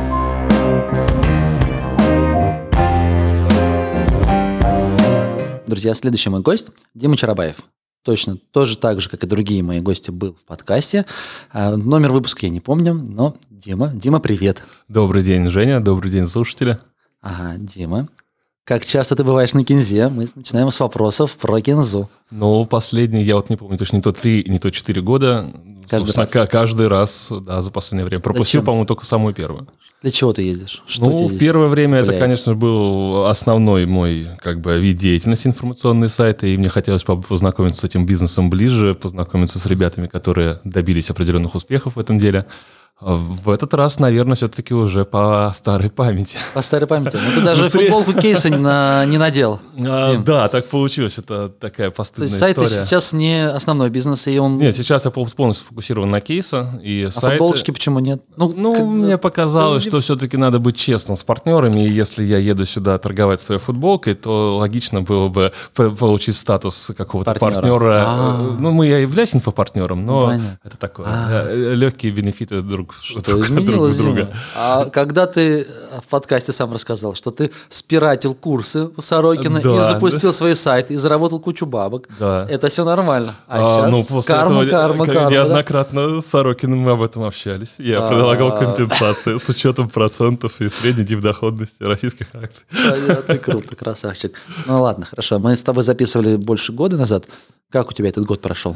Друзья, следующий мой гость Дима Чарабаев. Точно, тоже так же, как и другие мои гости, был в подкасте. А, номер выпуска я не помню, но Дима. Дима, привет. Добрый день, Женя. Добрый день, слушатели. Ага, Дима. Как часто ты бываешь на Кинзе? Мы начинаем с вопросов про Кинзу. Ну, последний, я вот не помню, точно не то три, не то четыре года. Каждый раз? К- каждый раз, да, за последнее время. Пропустил, Зачем? По-моему, только самую первую. Для чего ты ездишь? Что ну, в первое время цепляет? Это, конечно, был основной мой как бы вид деятельности, информационные сайты, и мне хотелось познакомиться с этим бизнесом ближе, познакомиться с ребятами, которые добились определенных успехов в этом деле. В этот раз, наверное, все-таки уже по старой памяти. По старой памяти. Ну, ты даже футболку кейса не, на, не надел. А, да, так получилось. Это такая постыдная история. То есть сайт сейчас не основной бизнес, и он... Нет, сейчас я полностью сфокусирован на кейса. И а сайты... футболочки почему нет? Ну, ну как... мне показалось, что все-таки надо быть честным с партнерами, и если я еду сюда торговать своей футболкой, то логично было бы получить статус какого-то партнера. партнера. А-а-а. Ну, мы я являюсь инфопартнером, но Понятно. Это такое. А-а-а. Легкие бенефиты друг Что изменилось, друг друга. А когда ты в подкасте сам рассказал, что ты спиратил курсы у Сорокина да, и запустил да. свой сайт и заработал кучу бабок, да. это все нормально. А, а сейчас ну, после карма, этого, карма, карма. Неоднократно да? с Сорокиным мы об этом общались. Я А-а-а. предлагал компенсации с учетом процентов и средней дивдоходности российских акций. Понятно, круто, красавчик. Ну ладно, хорошо. Мы с тобой записывали больше года назад. Как у тебя этот год прошел?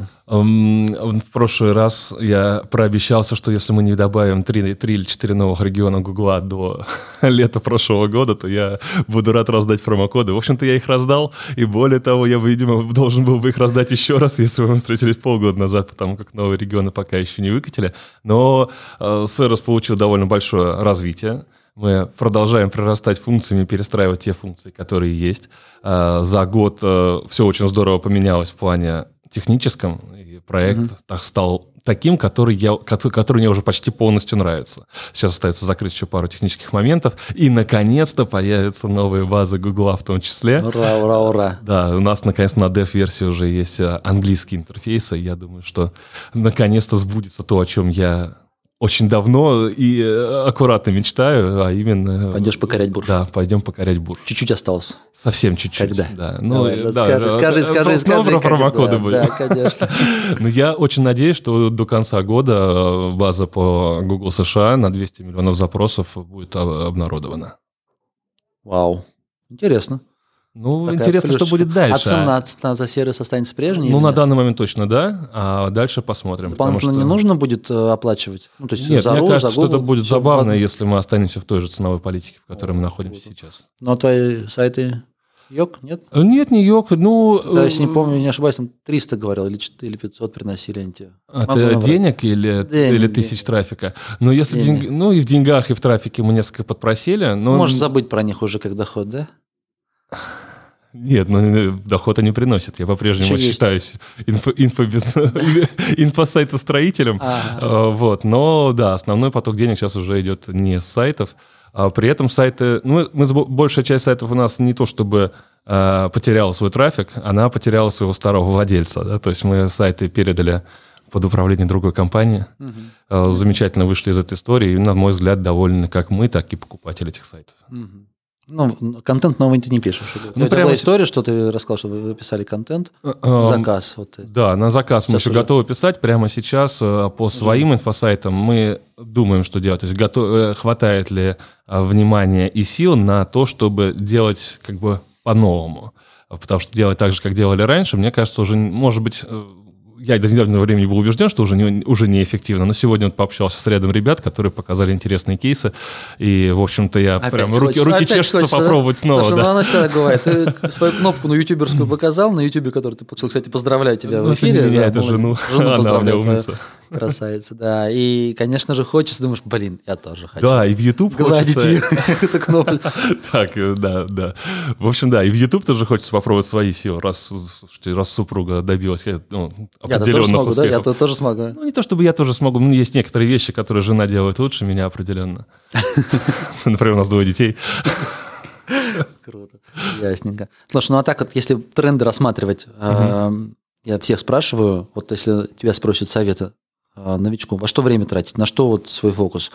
Um, в прошлый раз я прообещался, что если мы не добавим три, три или четыре новых региона Гугла до лета прошлого года, то я буду рад раздать промокоды. В общем-то, я их раздал, и более того, я, видимо, должен был бы их раздать еще раз, если бы мы встретились полгода назад, потому как новые регионы пока еще не выкатили. Но э, Сервис получил довольно большое развитие. Мы продолжаем прирастать функциями, перестраивать те функции, которые есть. За год все очень здорово поменялось в плане техническом. И проект mm-hmm. так стал таким, который, я, который мне уже почти полностью нравится. Сейчас остается закрыть еще пару технических моментов. И, наконец-то, появятся новые базы Гугла в том числе. Ура, ура, ура. Да, у нас, наконец, на дев-версии уже есть английские интерфейсы. Я думаю, что наконец-то сбудется то, о чем я... очень давно и аккуратно мечтаю, а именно... Пойдешь покорять бурж. Да, пойдем покорять бурж. Чуть-чуть осталось. Совсем чуть-чуть. Когда? Да. Ну, Давай, да, скажи, да, скажи, скажи, снова скажи. про промокоды да, будем. Да, конечно. Но я очень надеюсь, что до конца года база по Google США на двести миллионов запросов будет обнародована. Вау. Интересно. Ну, Такая интересно, что плюшечка. будет дальше. А цена за сервис останется прежней? Ну, или на нет? данный момент точно да, а дальше посмотрим. Дополнительно Потому что... не нужно будет э, оплачивать? Ну, то есть Нет, за мне Ру, кажется, за что это Google, будет всё в забавно, одном. если мы останемся в той же ценовой политике, в которой мы находимся круто. сейчас. Ну, а твои сайты йог, нет? Нет, не йог, ну... Я, если не помню, не ошибаюсь, там триста говорил, или четыре, или пятьсот приносили они тебе. Это Могу набрать. денег или, Денег, или денег. тысяч трафика? Ну, если Денег. деньги, ну и в деньгах, и в трафике мы несколько подпросили. Но... Можешь забыть про них уже как доход, да? Нет, ну доход они приносят. Я по-прежнему Еще есть. считаюсь инфо, инфобиз- инфосайтостроителем. Ага. А, Вот. Но да, основной поток денег сейчас уже идет не с сайтов. А при этом сайты... Ну, мы, с- большая часть сайтов у нас не то чтобы а, потеряла свой трафик, она потеряла своего старого владельца. Да? То есть мы сайты передали под управление другой компании. Мгм. А, Замечательно вышли из этой истории. И, на мой взгляд, довольны как мы, так и покупатели этих сайтов. Мгм. Ну, контент новый ты не пишешь. Или? Ну, У тебя прямо была с- история, что ты рассказал, что вы писали контент, Эм, заказ. Вот, ты- Да, на заказ мы Сейчас еще уже. готовы писать прямо сейчас э, по своим инфосайтам. Мы думаем, что делать. То есть готов- э, хватает ли э, внимания и сил на то, чтобы делать как бы по-новому. Потому что делать так же, как делали раньше, мне кажется, уже, может быть, э, я до недавнего времени был убежден, что уже, не, уже неэффективно. Но сегодня вот пообщался с рядом ребят, которые показали интересные кейсы. И, в общем-то, я Опять прям руки, хочется, руки опять чешутся хочется, да? попробовать снова. Слушай, да. ну она всегда бывает. Ты свою кнопку на ютуберскую показал, на ютубе, который ты получил. Кстати, поздравляю тебя Ну, в это не эфире. меня, да, это молодец. жену. Жену Она у меня поздравляю, твою. умница. Красавица, да. И, конечно же, хочется, думаешь, блин, я тоже хочу. Да, и в YouTube Гладить хочется... ее, эту кнопку. Так, э, да, да. В общем, да, и в YouTube тоже хочется попробовать свои силы, раз, слушайте, раз супруга добилась э, ну, Я-то тоже определенных смогу, да? успехов. Я тоже смогу. Ну, не то чтобы я тоже смогу, но есть некоторые вещи, которые жена делает лучше меня определенно. Например, у нас двое детей. Круто. Ясненько. Слушай, ну а так вот, если тренды рассматривать, э, я всех спрашиваю, вот если тебя спросят совета э, новичку, во что время тратить, на что вот свой фокус?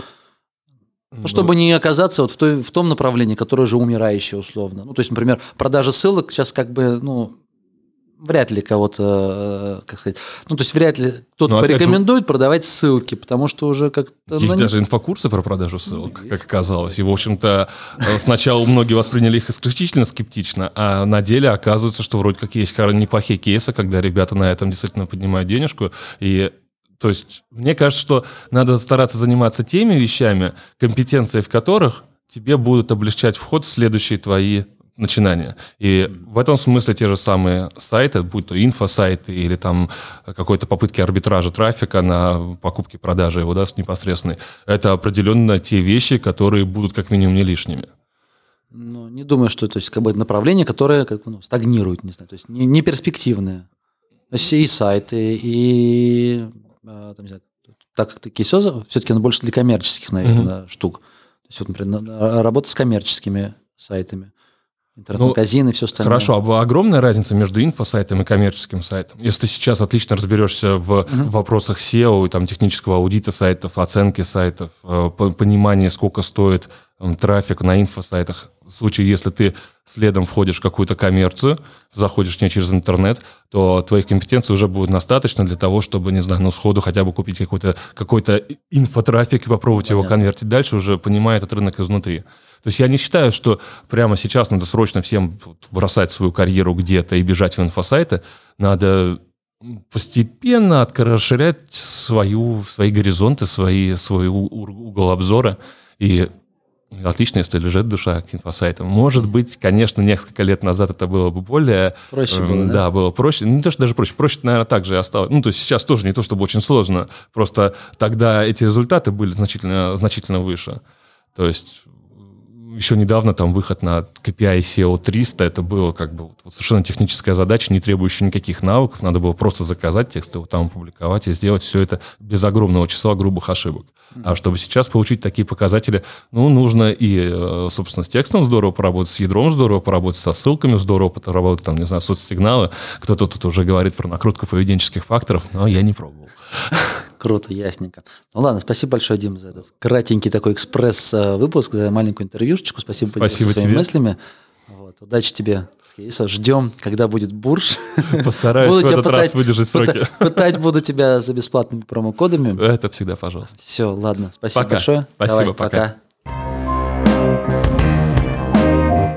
Ну, чтобы не оказаться вот в, той, в том направлении, которое уже умирающее условно. Ну, то есть, например, продажа ссылок сейчас как бы, ну, вряд ли кого-то, э, как сказать, ну, то есть вряд ли кто-то Ну, опять же- порекомендует продавать ссылки, потому что уже как-то... Есть ну, даже инфокурсы про продажу ссылок, как оказалось. И, в общем-то, э, сначала многие восприняли их исключительно скептично, а на деле оказывается, что вроде как есть хор- неплохие кейсы, когда ребята на этом действительно поднимают денежку. И, то есть, мне кажется, что надо стараться заниматься теми вещами, компетенции в которых тебе будут облегчать вход в следующие твои начинания. И в этом смысле те же самые сайты, будь то инфосайты или там какой-то попытки арбитража трафика на покупке, продаже его, да, с непосредственной, это определенно те вещи, которые будут как минимум не лишними. Ну, не думаю, что то есть, как бы направление, которое как, ну, стагнирует, не знаю, то есть не, не перспективное. То есть и сайты, и а, там, не знаю, так как ты кейсоза, все-таки оно больше для коммерческих, наверное, штук. То есть, вот, например, на- работа с коммерческими сайтами, интернет-магазины и все остальное. Хорошо, а огромная разница между инфосайтом и коммерческим сайтом? Если ты сейчас отлично разберешься в вопросах сео, и, там, технического аудита сайтов, оценки сайтов, э, по- понимания, сколько стоит м, трафик на инфосайтах, в случае, если ты следом входишь в какую-то коммерцию, заходишь в нее через интернет, то твоих компетенций уже будет достаточно для того, чтобы, не знаю, ну, сходу хотя бы купить какой-то, какой-то инфотрафик и попробовать его Понятно. конвертить дальше, уже понимая этот рынок изнутри. То есть я не считаю, что прямо сейчас надо срочно всем бросать свою карьеру где-то и бежать в инфосайты. Надо постепенно отк- расширять свою, свои горизонты, свои, свой у- у- угол обзора. И отлично, если лежит душа к инфосайтам. Может быть, конечно, несколько лет назад это было бы более... Проще эм, было, да? Да, было проще. Ну, не то, что даже проще. Проще, наверное, так же и осталось. Ну, то есть сейчас тоже не то, чтобы очень сложно. Просто тогда эти результаты были значительно, значительно выше. То есть еще недавно там выход на кей пи ай сео триста, это было как бы вот совершенно техническая задача, не требующая никаких навыков, надо было просто заказать текст, его там опубликовать и сделать все это без огромного числа грубых ошибок. А чтобы сейчас получить такие показатели, ну, нужно и, э, собственно, с текстом здорово поработать, с ядром здорово поработать, со ссылками здорово поработать, там, не знаю, соцсигналы. Кто-то тут уже говорит про накрутку поведенческих факторов, но я не пробовал. Круто, ясненько. Ну ладно, спасибо большое, Дим, за этот кратенький такой экспресс-выпуск, за маленькую интервьюшечку. Спасибо, Спасибо поделился своими тебе. мыслями. Вот. Удачи тебе с кейса. Ждем, когда будет бурж. Постараюсь Буду в тебя этот раз пытать- выдержать сроки. пыта- Пытать буду тебя за бесплатными промокодами. Это всегда пожалуйста. Все, ладно, спасибо Пока. большое. Спасибо, Давай, пока. пока.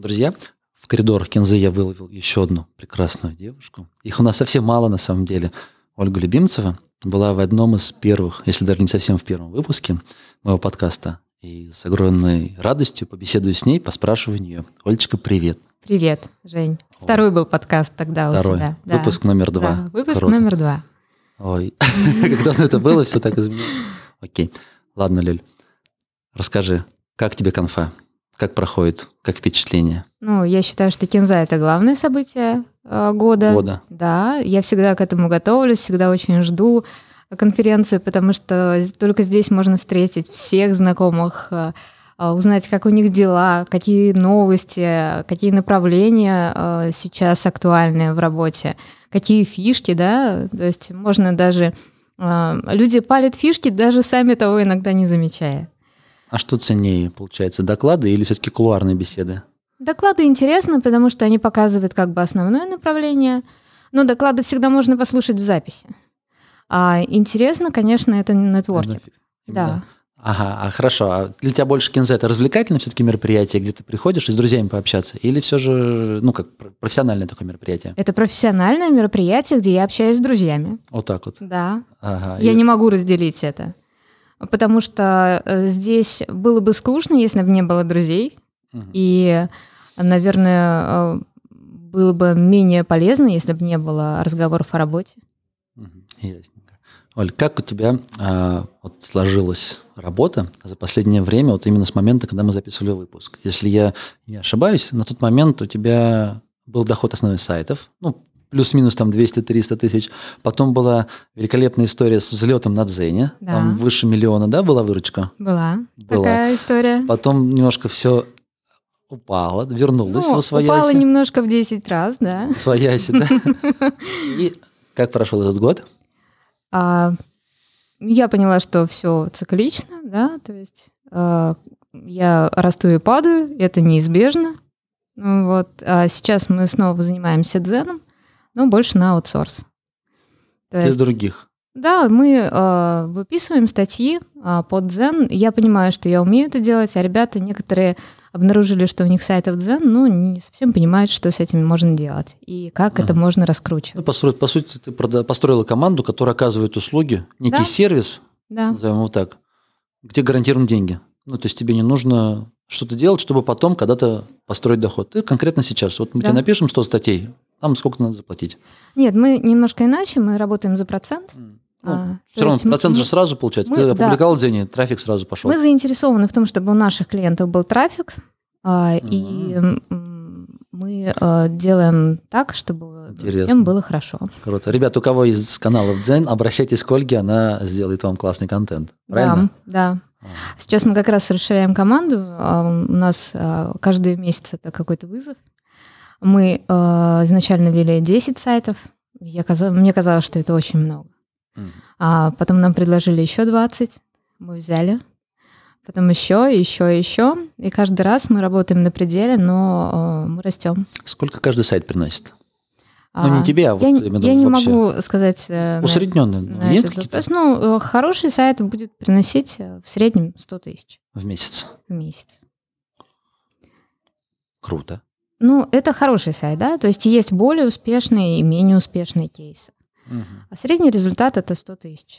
Друзья, в коридорах Кинзы я выловил еще одну прекрасную девушку. Их у нас совсем мало на самом деле. Ольга Любимцева была в одном из первых, если даже не совсем в первом выпуске моего подкаста. И с огромной радостью побеседую с ней, поспрашиваю нее. Олечка, привет. Привет, Жень. Второй был подкаст тогда Второй. у тебя. Выпуск да. номер два. Да, выпуск Круто. номер два. Ой, как давно это было, все так изменилось. Окей. Ладно, Лёль, расскажи, как тебе конфа? Как проходит? Как впечатление? Ну, я считаю, что Кинза — это главное событие э, года. Года. Да, я всегда к этому готовлюсь, всегда очень жду конференцию, потому что только здесь можно встретить всех знакомых, э, узнать, как у них дела, какие новости, какие направления э, сейчас актуальны в работе, какие фишки, да, то есть можно даже... Э, люди палят фишки, даже сами того иногда не замечая. А что ценнее, получается, доклады или все-таки кулуарные беседы? Доклады интересны, потому что они показывают как бы основное направление, но доклады всегда можно послушать в записи. А интересно, конечно, это нетворкинг. Да. да. Ага, а хорошо. А для тебя больше Кинза — это развлекательное все-таки мероприятие, где ты приходишь и с друзьями пообщаться? Или все же, ну, как профессиональное такое мероприятие? Это профессиональное мероприятие, где я общаюсь с друзьями. Вот так вот? Да. Ага, я и... не могу разделить это. Потому что здесь было бы скучно, если бы не было друзей. Угу. И, наверное, было бы менее полезно, если бы не было разговоров о работе. Угу. Ясненько. Оль, как у тебя а, вот сложилась работа за последнее время, вот именно с момента, когда мы записывали выпуск? Если я не ошибаюсь, на тот момент у тебя был доход основных сайтов, ну, плюс-минус там двести-триста тысяч. Потом была великолепная история с взлетом на Дзене. Да. Там выше миллиона, да, была выручка? Была. Была. Такая история. Потом немножко все упало, вернулось ну, во свояси. Упало немножко в десять раз, да. В свояси, да. И как прошел этот год? А, я поняла, что все циклично, да, то есть а, я расту и падаю, это неизбежно. Ну, вот. А сейчас мы снова занимаемся дзеном, но больше на аутсорс. То Без есть, других. Да, мы э, выписываем статьи э, под дзен. Я понимаю, что я умею это делать, а ребята некоторые обнаружили, что у них сайтов дзен, ну, не совсем понимают, что с этим можно делать и как uh-huh. это можно раскручивать. Ну, по, сути, по сути, ты построила команду, которая оказывает услуги, некий да? сервис, да. назовем его так, где гарантированы деньги. Ну, то есть тебе не нужно что-то делать, чтобы потом когда-то построить доход. Ты конкретно сейчас. Вот мы да. тебе напишем сто статей, там сколько надо заплатить? Нет, мы немножко иначе, мы работаем за процент. Mm. Ну, а, все равно процент мы, же сразу получается. Мы, Ты опубликовал да. день, трафик сразу пошел. Мы заинтересованы в том, чтобы у наших клиентов был трафик, а, mm-hmm. и мы а, делаем так, чтобы Интересно. Всем было хорошо. Круто. Ребят, у кого из каналов Дзен, обращайтесь к Ольге, она сделает вам классный контент. Правильно? Да, да. Сейчас мы как раз расширяем команду. У нас каждый месяц это какой-то вызов. Мы изначально ввели десять сайтов. Я казалось, мне казалось, что это очень много. Mm. А потом нам предложили еще двадцать. Мы взяли. Потом еще, еще, еще. И каждый раз мы работаем на пределе, но мы растем. Сколько каждый сайт приносит? Ну, не тебе, а вот я, именно я не вообще. могу сказать... Усредненные? На, Нет на какие-то? То есть, ну, хороший сайт будет приносить в среднем сто тысяч. В месяц? В месяц. Круто. Ну, это хороший сайт, да? То есть есть более успешные и менее успешные кейсы. Угу. А средний результат – это сто тысяч.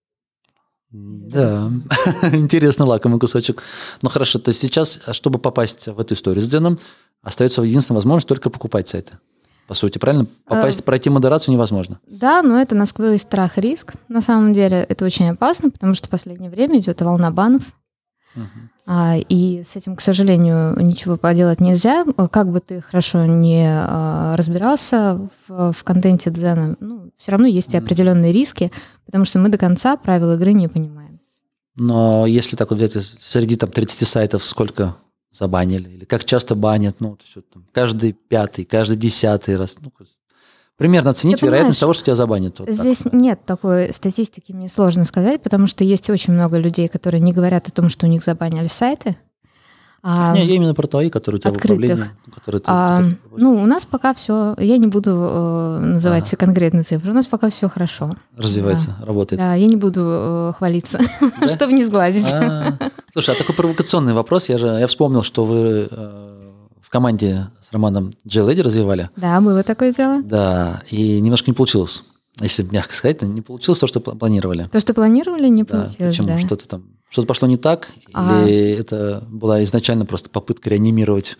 Да, интересный лакомый кусочек. Ну, хорошо, то есть сейчас, чтобы попасть в эту историю с Дзеном, остается единственная возможность только покупать сайты. По сути, правильно? Попасть, а, пройти модерацию невозможно. Да, но это насквозь страх и риск. На самом деле это очень опасно, потому что в последнее время идет волна банов. Uh-huh. А, и с этим, к сожалению, ничего поделать нельзя. Как бы ты хорошо не а, разбирался в, в контенте Дзена, ну, все равно есть uh-huh. определенные риски, потому что мы до конца правил игры не понимаем. Но если так вот взять, среди там, тридцати сайтов сколько забанили? Или как часто банят? Ну, то есть, вот, там, каждый пятый, каждый десятый раз. Ну, примерно оценить Ты вероятность того, что тебя забанят. Вот здесь так. Нет такой статистики, мне сложно сказать, потому что есть очень много людей, которые не говорят о том, что у них забанили сайты. А, не, я именно про твои, которые у тебя открытых. в управлении. Которые ты, а, ты, ты ну, у нас пока все, я не буду э, называть все конкретные цифры, у нас пока все хорошо. Развивается, да. работает. Да, я не буду э, хвалиться, да? чтобы не сглазить. А-а-а. Слушай, а такой провокационный вопрос. Я же я вспомнил, что вы э, в команде с Романом J-Lady развивали. Да, было такое дело. Да, и немножко не получилось. Если мягко сказать, не получилось то, что планировали. То, что планировали, не да, получилось, почему? да. Что-то там, что-то пошло не так? А. Или это была изначально просто попытка реанимировать?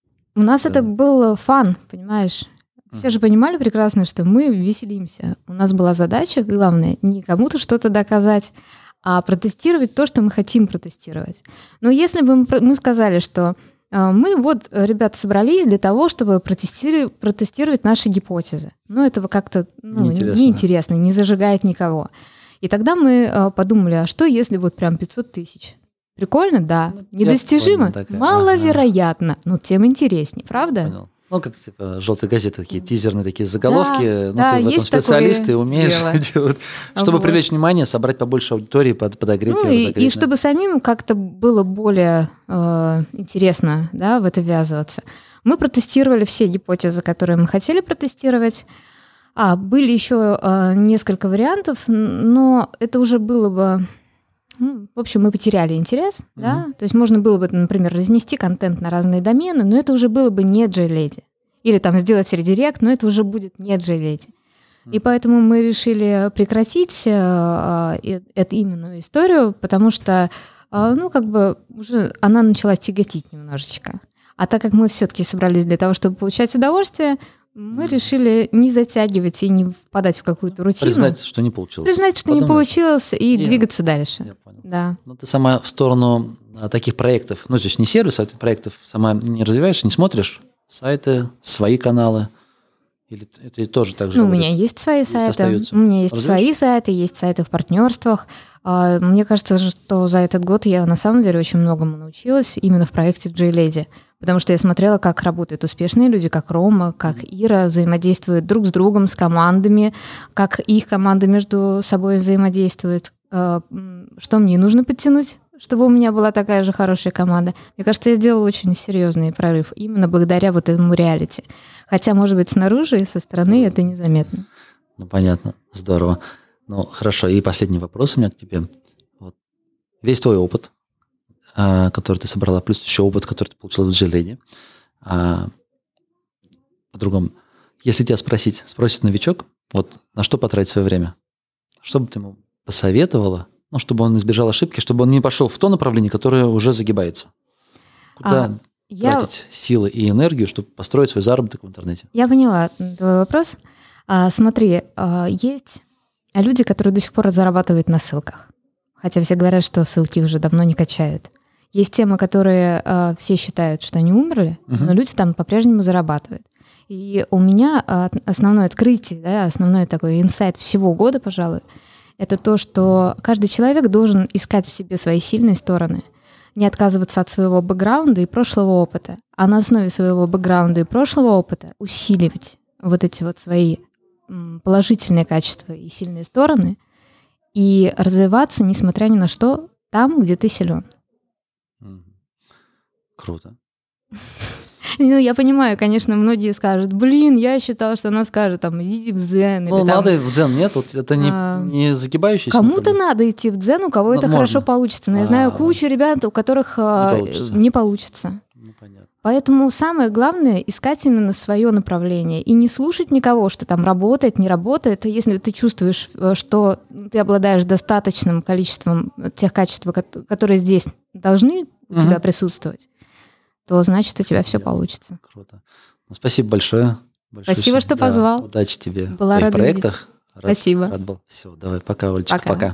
У нас да. это был фан, понимаешь? Все же понимали прекрасно, что мы веселимся. У нас была задача, главное, не кому-то что-то доказать, а протестировать то, что мы хотим протестировать. Но если бы мы сказали, что мы вот, ребята, собрались для того, чтобы протестировать, протестировать наши гипотезы, ну, этого как-то ну, неинтересно. неинтересно, не зажигает никого. И тогда мы подумали, а что, если вот прям пятьсот тысяч? Прикольно, да. Недостижимо? Маловероятно. Но тем интереснее, правда? Понял. Ну, как типа желтые газеты, такие тизерные такие заголовки. Да, ну, да, ты в этом специалист, ты умеешь делать. Чтобы вот. привлечь внимание, собрать побольше аудитории, под, подогреть ну, ее. И, и чтобы самим как-то было более э, интересно, да, в это ввязываться. Мы протестировали все гипотезы, которые мы хотели протестировать. А, были еще э, несколько вариантов, но это уже было бы... Ну, в общем, мы потеряли интерес, mm-hmm. да, то есть можно было бы, например, разнести контент на разные домены, но это уже было бы не J-Lady. Или там сделать редирект, но это уже будет не J-Lady. Mm-hmm. И поэтому мы решили прекратить э, э, эту именную историю, потому что, э, ну, как бы уже она начала тяготить немножечко. А так как мы все-таки собрались для того, чтобы получать удовольствие, мы решили не затягивать и не впадать в какую-то рутину. Признать, что не получилось. Признать, что Подумать. не получилось, и я, двигаться дальше. Я понял. Да. Но ты сама в сторону таких проектов, ну, здесь не сервиса, а проектов сама не развиваешь, не смотришь сайты, свои каналы? Или это тоже так же Ну, работает? у меня есть свои сайты. Остаются? У меня есть Развиваешь? свои сайты, есть сайты в партнерствах. Мне кажется, что за этот год я на самом деле очень многому научилась именно в проекте J-Lady. Потому что я смотрела, как работают успешные люди, как Рома, как Ира взаимодействуют друг с другом, с командами, как их команды между собой взаимодействуют. Что мне нужно подтянуть, чтобы у меня была такая же хорошая команда. Мне кажется, я сделала очень серьезный прорыв именно благодаря вот этому реалити. Хотя, может быть, снаружи и со стороны это незаметно. Ну, понятно, здорово. Ну, хорошо, и последний вопрос у меня к тебе. Вот. Весь твой опыт, который ты собрала, плюс еще опыт, который ты получила в J-Lady. А, по-другому, если тебя спросить, спросит новичок, вот на что потратить свое время, что бы ты ему посоветовала, ну, чтобы он избежал ошибки, чтобы он не пошел в то направление, которое уже загибается? Куда а, я... тратить силы и энергию, чтобы построить свой заработок в интернете? Я поняла твой вопрос. А, смотри, а, есть люди, которые до сих пор зарабатывают на ссылках. Хотя все говорят, что ссылки уже давно не качают. Есть темы, которые э, все считают, что они умерли, uh-huh. но люди там по-прежнему зарабатывают. И у меня э, основное открытие, да, основной такой инсайт всего года, пожалуй, это то, что каждый человек должен искать в себе свои сильные стороны, не отказываться от своего бэкграунда и прошлого опыта, а на основе своего бэкграунда и прошлого опыта усиливать вот эти вот свои м, положительные качества и сильные стороны и развиваться, несмотря ни на что, там, где ты силен. Круто. Ну, я понимаю, конечно, многие скажут, блин, я считала, что она скажет, там, идите в дзен. Ну, или, там, надо в дзен, нет, вот это не, а, не загибающийся. Кому-то надо идти в дзен, у кого ну, это можно. Хорошо получится. Но я знаю А, кучу ребят, у которых не а, получится. не получится. Ну, понятно. Поэтому самое главное — искать именно свое направление и не слушать никого, что там работает, не работает. Если ты чувствуешь, что ты обладаешь достаточным количеством тех качеств, которые здесь должны у угу. тебя присутствовать, то значит, у тебя все получится. Круто. Ну, спасибо большое. большое. Спасибо, что да, позвал. Удачи тебе Была в твоих рада проектах. Рад, спасибо. Рад был. Все, давай, пока, Олечка, пока. пока.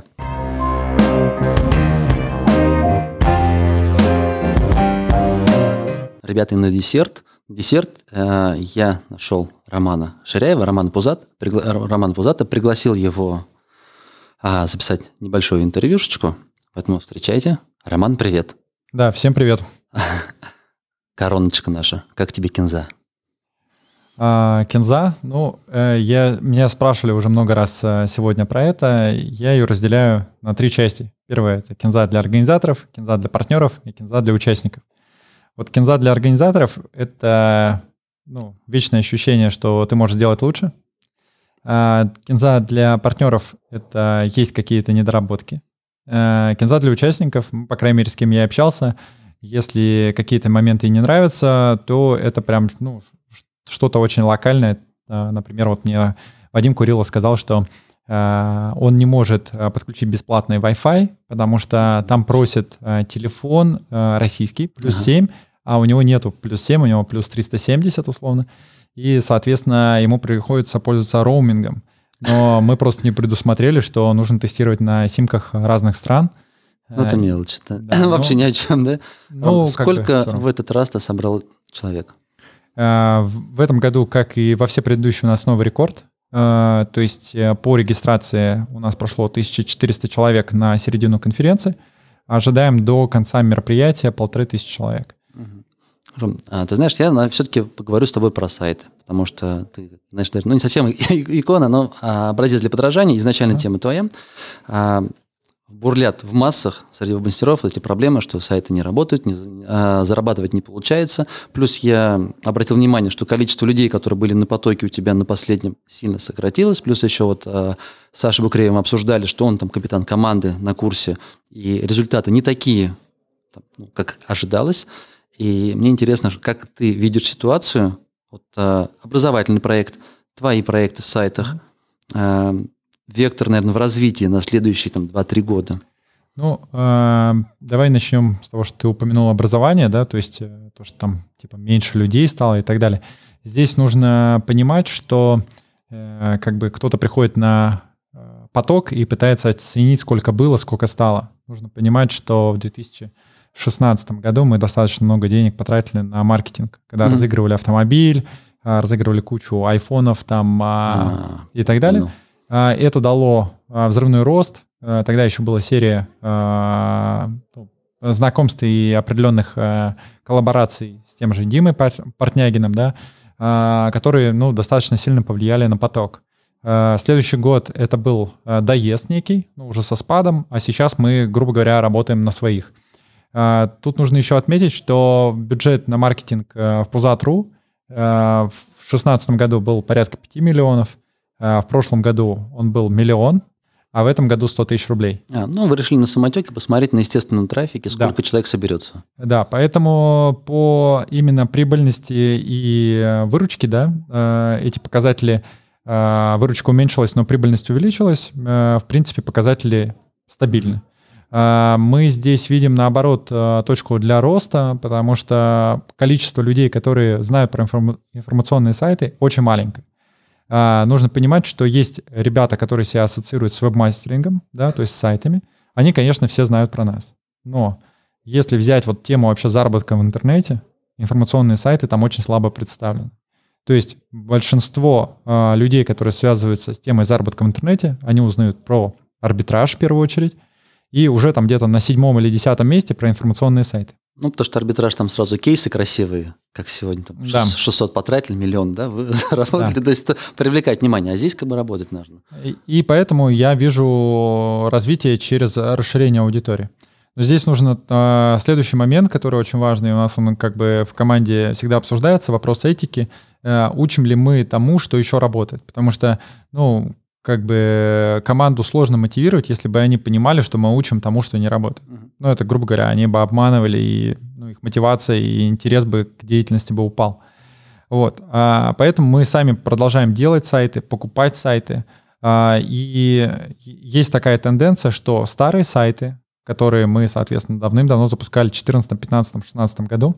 Ребята, и на десерт. Десерт э, я нашел Романа Ширяева, Роман Пузат. Пригла... Роман Пузата, пригласил его э, записать небольшую интервьюшечку. Поэтому встречайте. Роман, привет. Да, всем привет. Короночка наша. Как тебе кинза? А, кинза, ну, э, я, меня спрашивали уже много раз э, сегодня про это. Я ее разделяю на три части. Первая — это кинза для организаторов, кинза для партнеров и кинза для участников. Вот кинза для организаторов — это ну, вечное ощущение, что ты можешь сделать лучше. А кинза для партнеров — это есть какие-то недоработки. А кинза для участников, по крайней мере, с кем я общался, Если какие-то моменты не нравятся, то это прям ну, что-то очень локальное. Например, вот мне Вадим Курилов сказал, что э, он не может подключить бесплатный Wi-Fi, потому что там просит э, телефон э, российский, плюс ага. семь, а у него нету плюс семь, у него плюс триста семьдесят условно. И, соответственно, ему приходится пользоваться роумингом. Но мы просто не предусмотрели, что нужно тестировать на симках разных стран. Ну, это мелочь. Это да, вообще ну, ни о чем, да? Ну, сколько в этот раз ты собрал человек? В этом году, как и во все предыдущие, у нас новый рекорд. То есть по регистрации у нас прошло тысяча четыреста человек на середину конференции. Ожидаем до конца мероприятия полторы тысячи человек. Ром, а, ты знаешь, я все-таки поговорю с тобой про сайты, потому что ты, знаешь, даже, ну не совсем икона, но образец для подражания, изначально а? тема твоя. Бурлят в массах среди веб-мастеров эти проблемы, что сайты не работают, не, а, зарабатывать не получается. Плюс я обратил внимание, что количество людей, которые были на потоке у тебя на последнем, сильно сократилось. Плюс еще вот а, с Сашей Букреевым обсуждали, что он там капитан команды на курсе, и результаты не такие, там, ну, как ожидалось. И мне интересно, как ты видишь ситуацию, вот, а, образовательный проект, твои проекты в сайтах, а, вектор, наверное, в развитии на следующие там, два-три года? Ну, э, давай начнем с того, что ты упомянул образование, да, то есть э, то, что там типа меньше людей стало и так далее. Здесь нужно понимать, что э, как бы кто-то приходит на э, поток и пытается оценить, сколько было, сколько стало. Нужно понимать, что в две тысячи шестнадцатом году мы достаточно много денег потратили на маркетинг, когда mm-hmm. разыгрывали автомобиль, э, разыгрывали кучу айфонов там э, ah, и так далее. No. Это дало взрывной рост. Тогда еще была серия знакомств и определенных коллабораций с тем же Димой Портнягиным, да, которые ну, достаточно сильно повлияли на поток. Следующий год это был доезд некий, ну, уже со спадом, а сейчас мы, грубо говоря, работаем на своих. Тут нужно еще отметить, что бюджет на маркетинг в Пузат.ру в две тысячи шестнадцатом году был порядка пяти миллионов. В прошлом году он был миллион, а в этом году сто тысяч рублей. А, ну, вы решили на самотеке посмотреть на естественном трафике, сколько да. человек соберется. Да, поэтому по именно прибыльности и выручке, да, эти показатели, выручка уменьшилась, но прибыльность увеличилась, в принципе, показатели стабильны. Мы здесь видим, наоборот, точку для роста, потому что количество людей, которые знают про информационные сайты, очень маленькое. Uh, нужно понимать, что есть ребята, которые себя ассоциируют с веб-мастерингом, да, то есть с сайтами. Они, конечно, все знают про нас. Но если взять вот тему вообще заработка в интернете, информационные сайты там очень слабо представлены. То есть большинство uh, людей, которые связываются с темой заработка в интернете, они узнают про арбитраж в первую очередь, и уже там где-то на седьмом или десятом месте про информационные сайты. Ну, потому что арбитраж там сразу кейсы красивые, как сегодня, там да. шестьсот потратили, миллион, да, вы заработали, да. то есть привлекать внимание, а здесь как бы работать нужно. И, и поэтому я вижу развитие через расширение аудитории. Но здесь нужно э, следующий момент, который очень важный, у нас он как бы в команде всегда обсуждается, вопрос этики, э, учим ли мы тому, что еще работает, потому что, ну, как бы команду сложно мотивировать, если бы они понимали, что мы учим тому, что не работает. Uh-huh. Ну, это, грубо говоря, они бы обманывали, и ну, их мотивация и интерес бы к деятельности бы упал. Вот. А, поэтому мы сами продолжаем делать сайты, покупать сайты. А, и есть такая тенденция, что старые сайты, которые мы, соответственно, давным-давно запускали в две тысячи четырнадцатом, пятнадцатом, шестнадцатом году,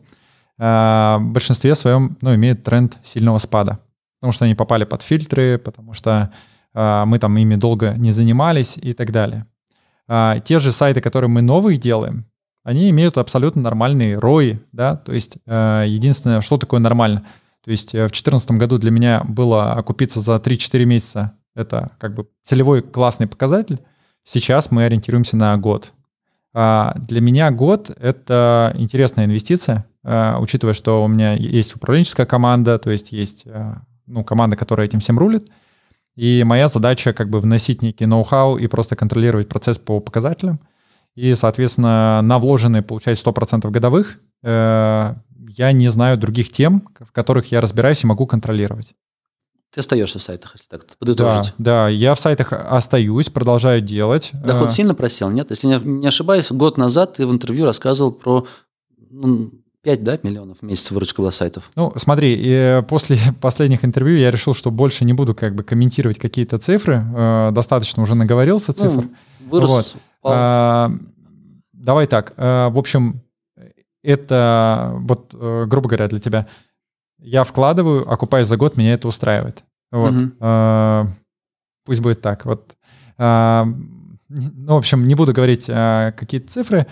а, в большинстве своем ну, имеют тренд сильного спада. Потому что они попали под фильтры, потому что мы там ими долго не занимались и так далее. Те же сайты, которые мы новые делаем, они имеют абсолютно нормальные рои, да, то есть единственное, что такое нормально. То есть в две тысячи четырнадцатом году для меня было окупиться за три-четыре месяца, это как бы целевой классный показатель. Сейчас мы ориентируемся на год. Для меня год — это интересная инвестиция, учитывая, что у меня есть управленческая команда, то есть есть ну, команда, которая этим всем рулит. И моя задача как бы вносить некий ноу-хау и просто контролировать процесс по показателям. И, соответственно, на вложенные получать сто процентов годовых э, я не знаю других тем, в которых я разбираюсь и могу контролировать. Ты остаешься в сайтах, если так подытожить? Да, да, я в сайтах остаюсь, продолжаю делать. Доход сильно просел, нет? Если не ошибаюсь, год назад ты в интервью рассказывал про ну, пять, да, миллионов в месяц выручка была сайтов. Ну, смотри, и после последних интервью я решил, что больше не буду как бы комментировать какие-то цифры. Э, достаточно уже наговорился цифр. Ну, вырос. Вот. А, давай так. А, в общем, это, вот, грубо говоря, для тебя. Я вкладываю, окупаюсь за год, меня это устраивает. Вот. Мгм. А, пусть будет так. Вот. А, ну, в общем, не буду говорить а, какие-то цифры.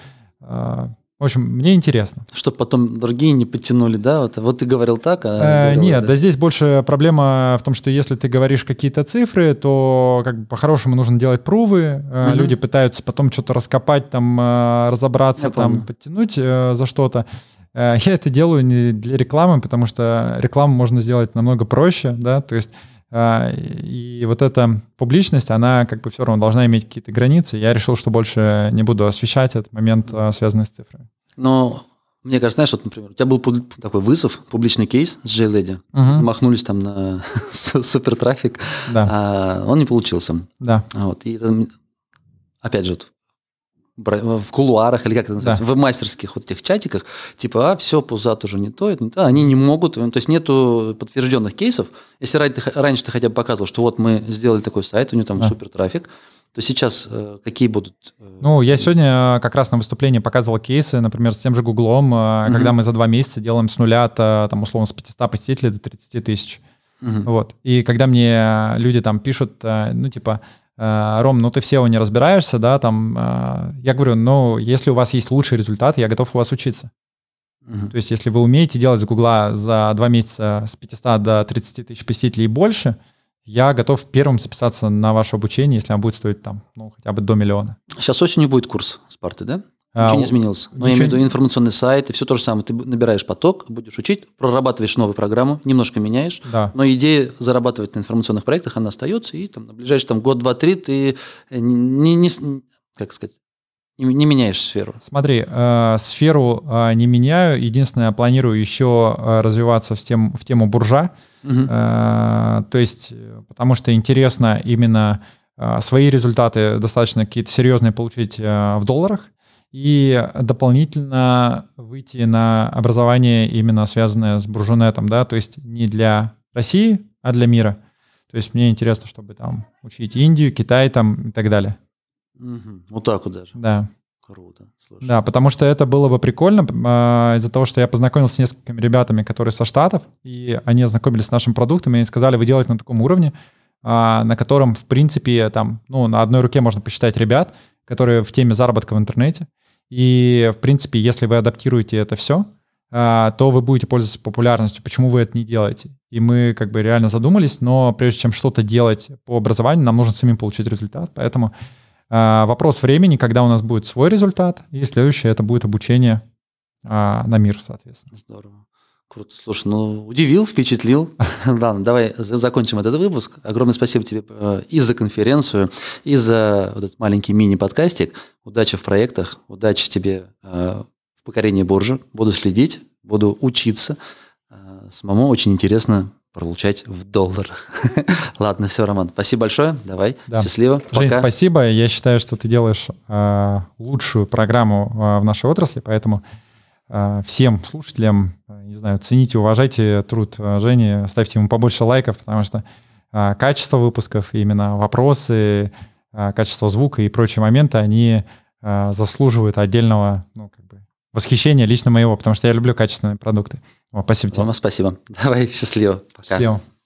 А, в общем, мне интересно. Чтобы потом другие не подтянули, да? Вот, вот ты говорил так, а... Э, говорил, Нет, да. да здесь больше проблема в том, что если ты говоришь какие-то цифры, то как бы по-хорошему нужно делать прувы. Э, Мгм. Люди пытаются потом что-то раскопать, там, э, разобраться, Я там, помню. подтянуть э, за что-то. Э, Я это делаю не для рекламы, потому что рекламу можно сделать намного проще, да, то есть э, и вот эта публичность, она как бы все равно должна иметь какие-то границы. Я решил, что больше не буду освещать этот момент, э, связанный с цифрами. Но мне кажется, знаешь, вот, например, у тебя был публи- такой вызов, публичный кейс с JLady. Мгм. Замахнулись там на су- супертрафик, Да. а он не получился. Да. Вот. И это, опять же, вот, бра- в кулуарах, или как это называется, Да. в мастерских вот этих чатиках, типа, а, все, пузат уже не то, это не то. Они не могут, то есть нету подтвержденных кейсов. Если раньше ты, х- раньше ты хотя бы показывал, что вот мы сделали такой сайт, у него там Да. супертрафик, то сейчас э, какие будут... э, Ну, я сегодня как раз на выступлении показывал кейсы, например, с тем же Гуглом, э, Мгм. когда мы за два месяца делаем с нуля, от, э, там, условно, с пятисот посетителей до тридцати тысяч. Мгм. Вот. И когда мне люди там пишут, э, ну, типа, э, Ром, ну ты в сео не разбираешься, да, там, э, я говорю, ну, если у вас есть лучший результат, я готов у вас учиться. Мгм. То есть если вы умеете делать с Гугла за два месяца с пятисот до тридцати тысяч посетителей и больше, я готов первым записаться на ваше обучение, если оно будет стоить там, ну, хотя бы до миллиона. Сейчас осенью будет курс Спарты, да? А, Ничего не у- изменилось. Но я ничего имею в виду не- информационный сайт и все то же самое. Ты б- набираешь поток, будешь учить, прорабатываешь новую программу, немножко меняешь. Да. Но идея зарабатывать на информационных проектах, она остается. И там, на ближайший там, год, два, три ты не, не с- как сказать, не, не меняешь сферу. Смотри, э, сферу э, не меняю. Единственное, планирую еще э, развиваться в, тем, в тему буржа. Мгм. Э, то есть, э, потому что интересно именно э, свои результаты достаточно какие-то серьезные получить э, в долларах и дополнительно выйти на образование именно связанное с буржунетом, да, то есть не для России, а для мира. То есть мне интересно, чтобы там учить Индию, Китай там и так далее. Мгм. Вот так вот даже. Да. Круто. Слушай. Да, потому что это было бы прикольно а, из-за того, что я познакомился с несколькими ребятами, которые со Штатов, и они ознакомились с нашим продуктом, и они сказали, вы делаете на таком уровне, а, на котором, в принципе, там, ну, на одной руке можно посчитать ребят, которые в теме заработка в интернете. И, в принципе, если вы адаптируете это все, а, то вы будете пользоваться популярностью. Почему вы это не делаете? И мы как бы реально задумались, но прежде чем что-то делать по образованию, нам нужно самим получить результат. Поэтому а, вопрос времени, когда у нас будет свой результат, и следующее это будет обучение а, на мир, соответственно. Здорово. Круто. Слушай, ну, удивил, впечатлил. Ладно, давай за- закончим этот выпуск. Огромное спасибо тебе э, и за конференцию, и за вот этот маленький мини-подкастик. Удачи в проектах, удачи тебе э, в покорении буржи. Буду следить, буду учиться. Э, Самому очень интересно получать в долларах. Ладно, все, Роман, спасибо большое. Давай, Да. счастливо. Жень, Пока. спасибо. Я считаю, что ты делаешь а, лучшую программу а, в нашей отрасли, поэтому а, всем слушателям, а, не знаю, цените, уважайте труд а, Жени, ставьте ему побольше лайков, потому что а, качество выпусков, именно вопросы, а, качество звука и прочие моменты, они а, заслуживают отдельного, ну, как бы, восхищения лично моего, потому что я люблю качественные продукты. Вот, спасибо тебе. Рома, спасибо. Давай, счастливо. Пока. Счастливо.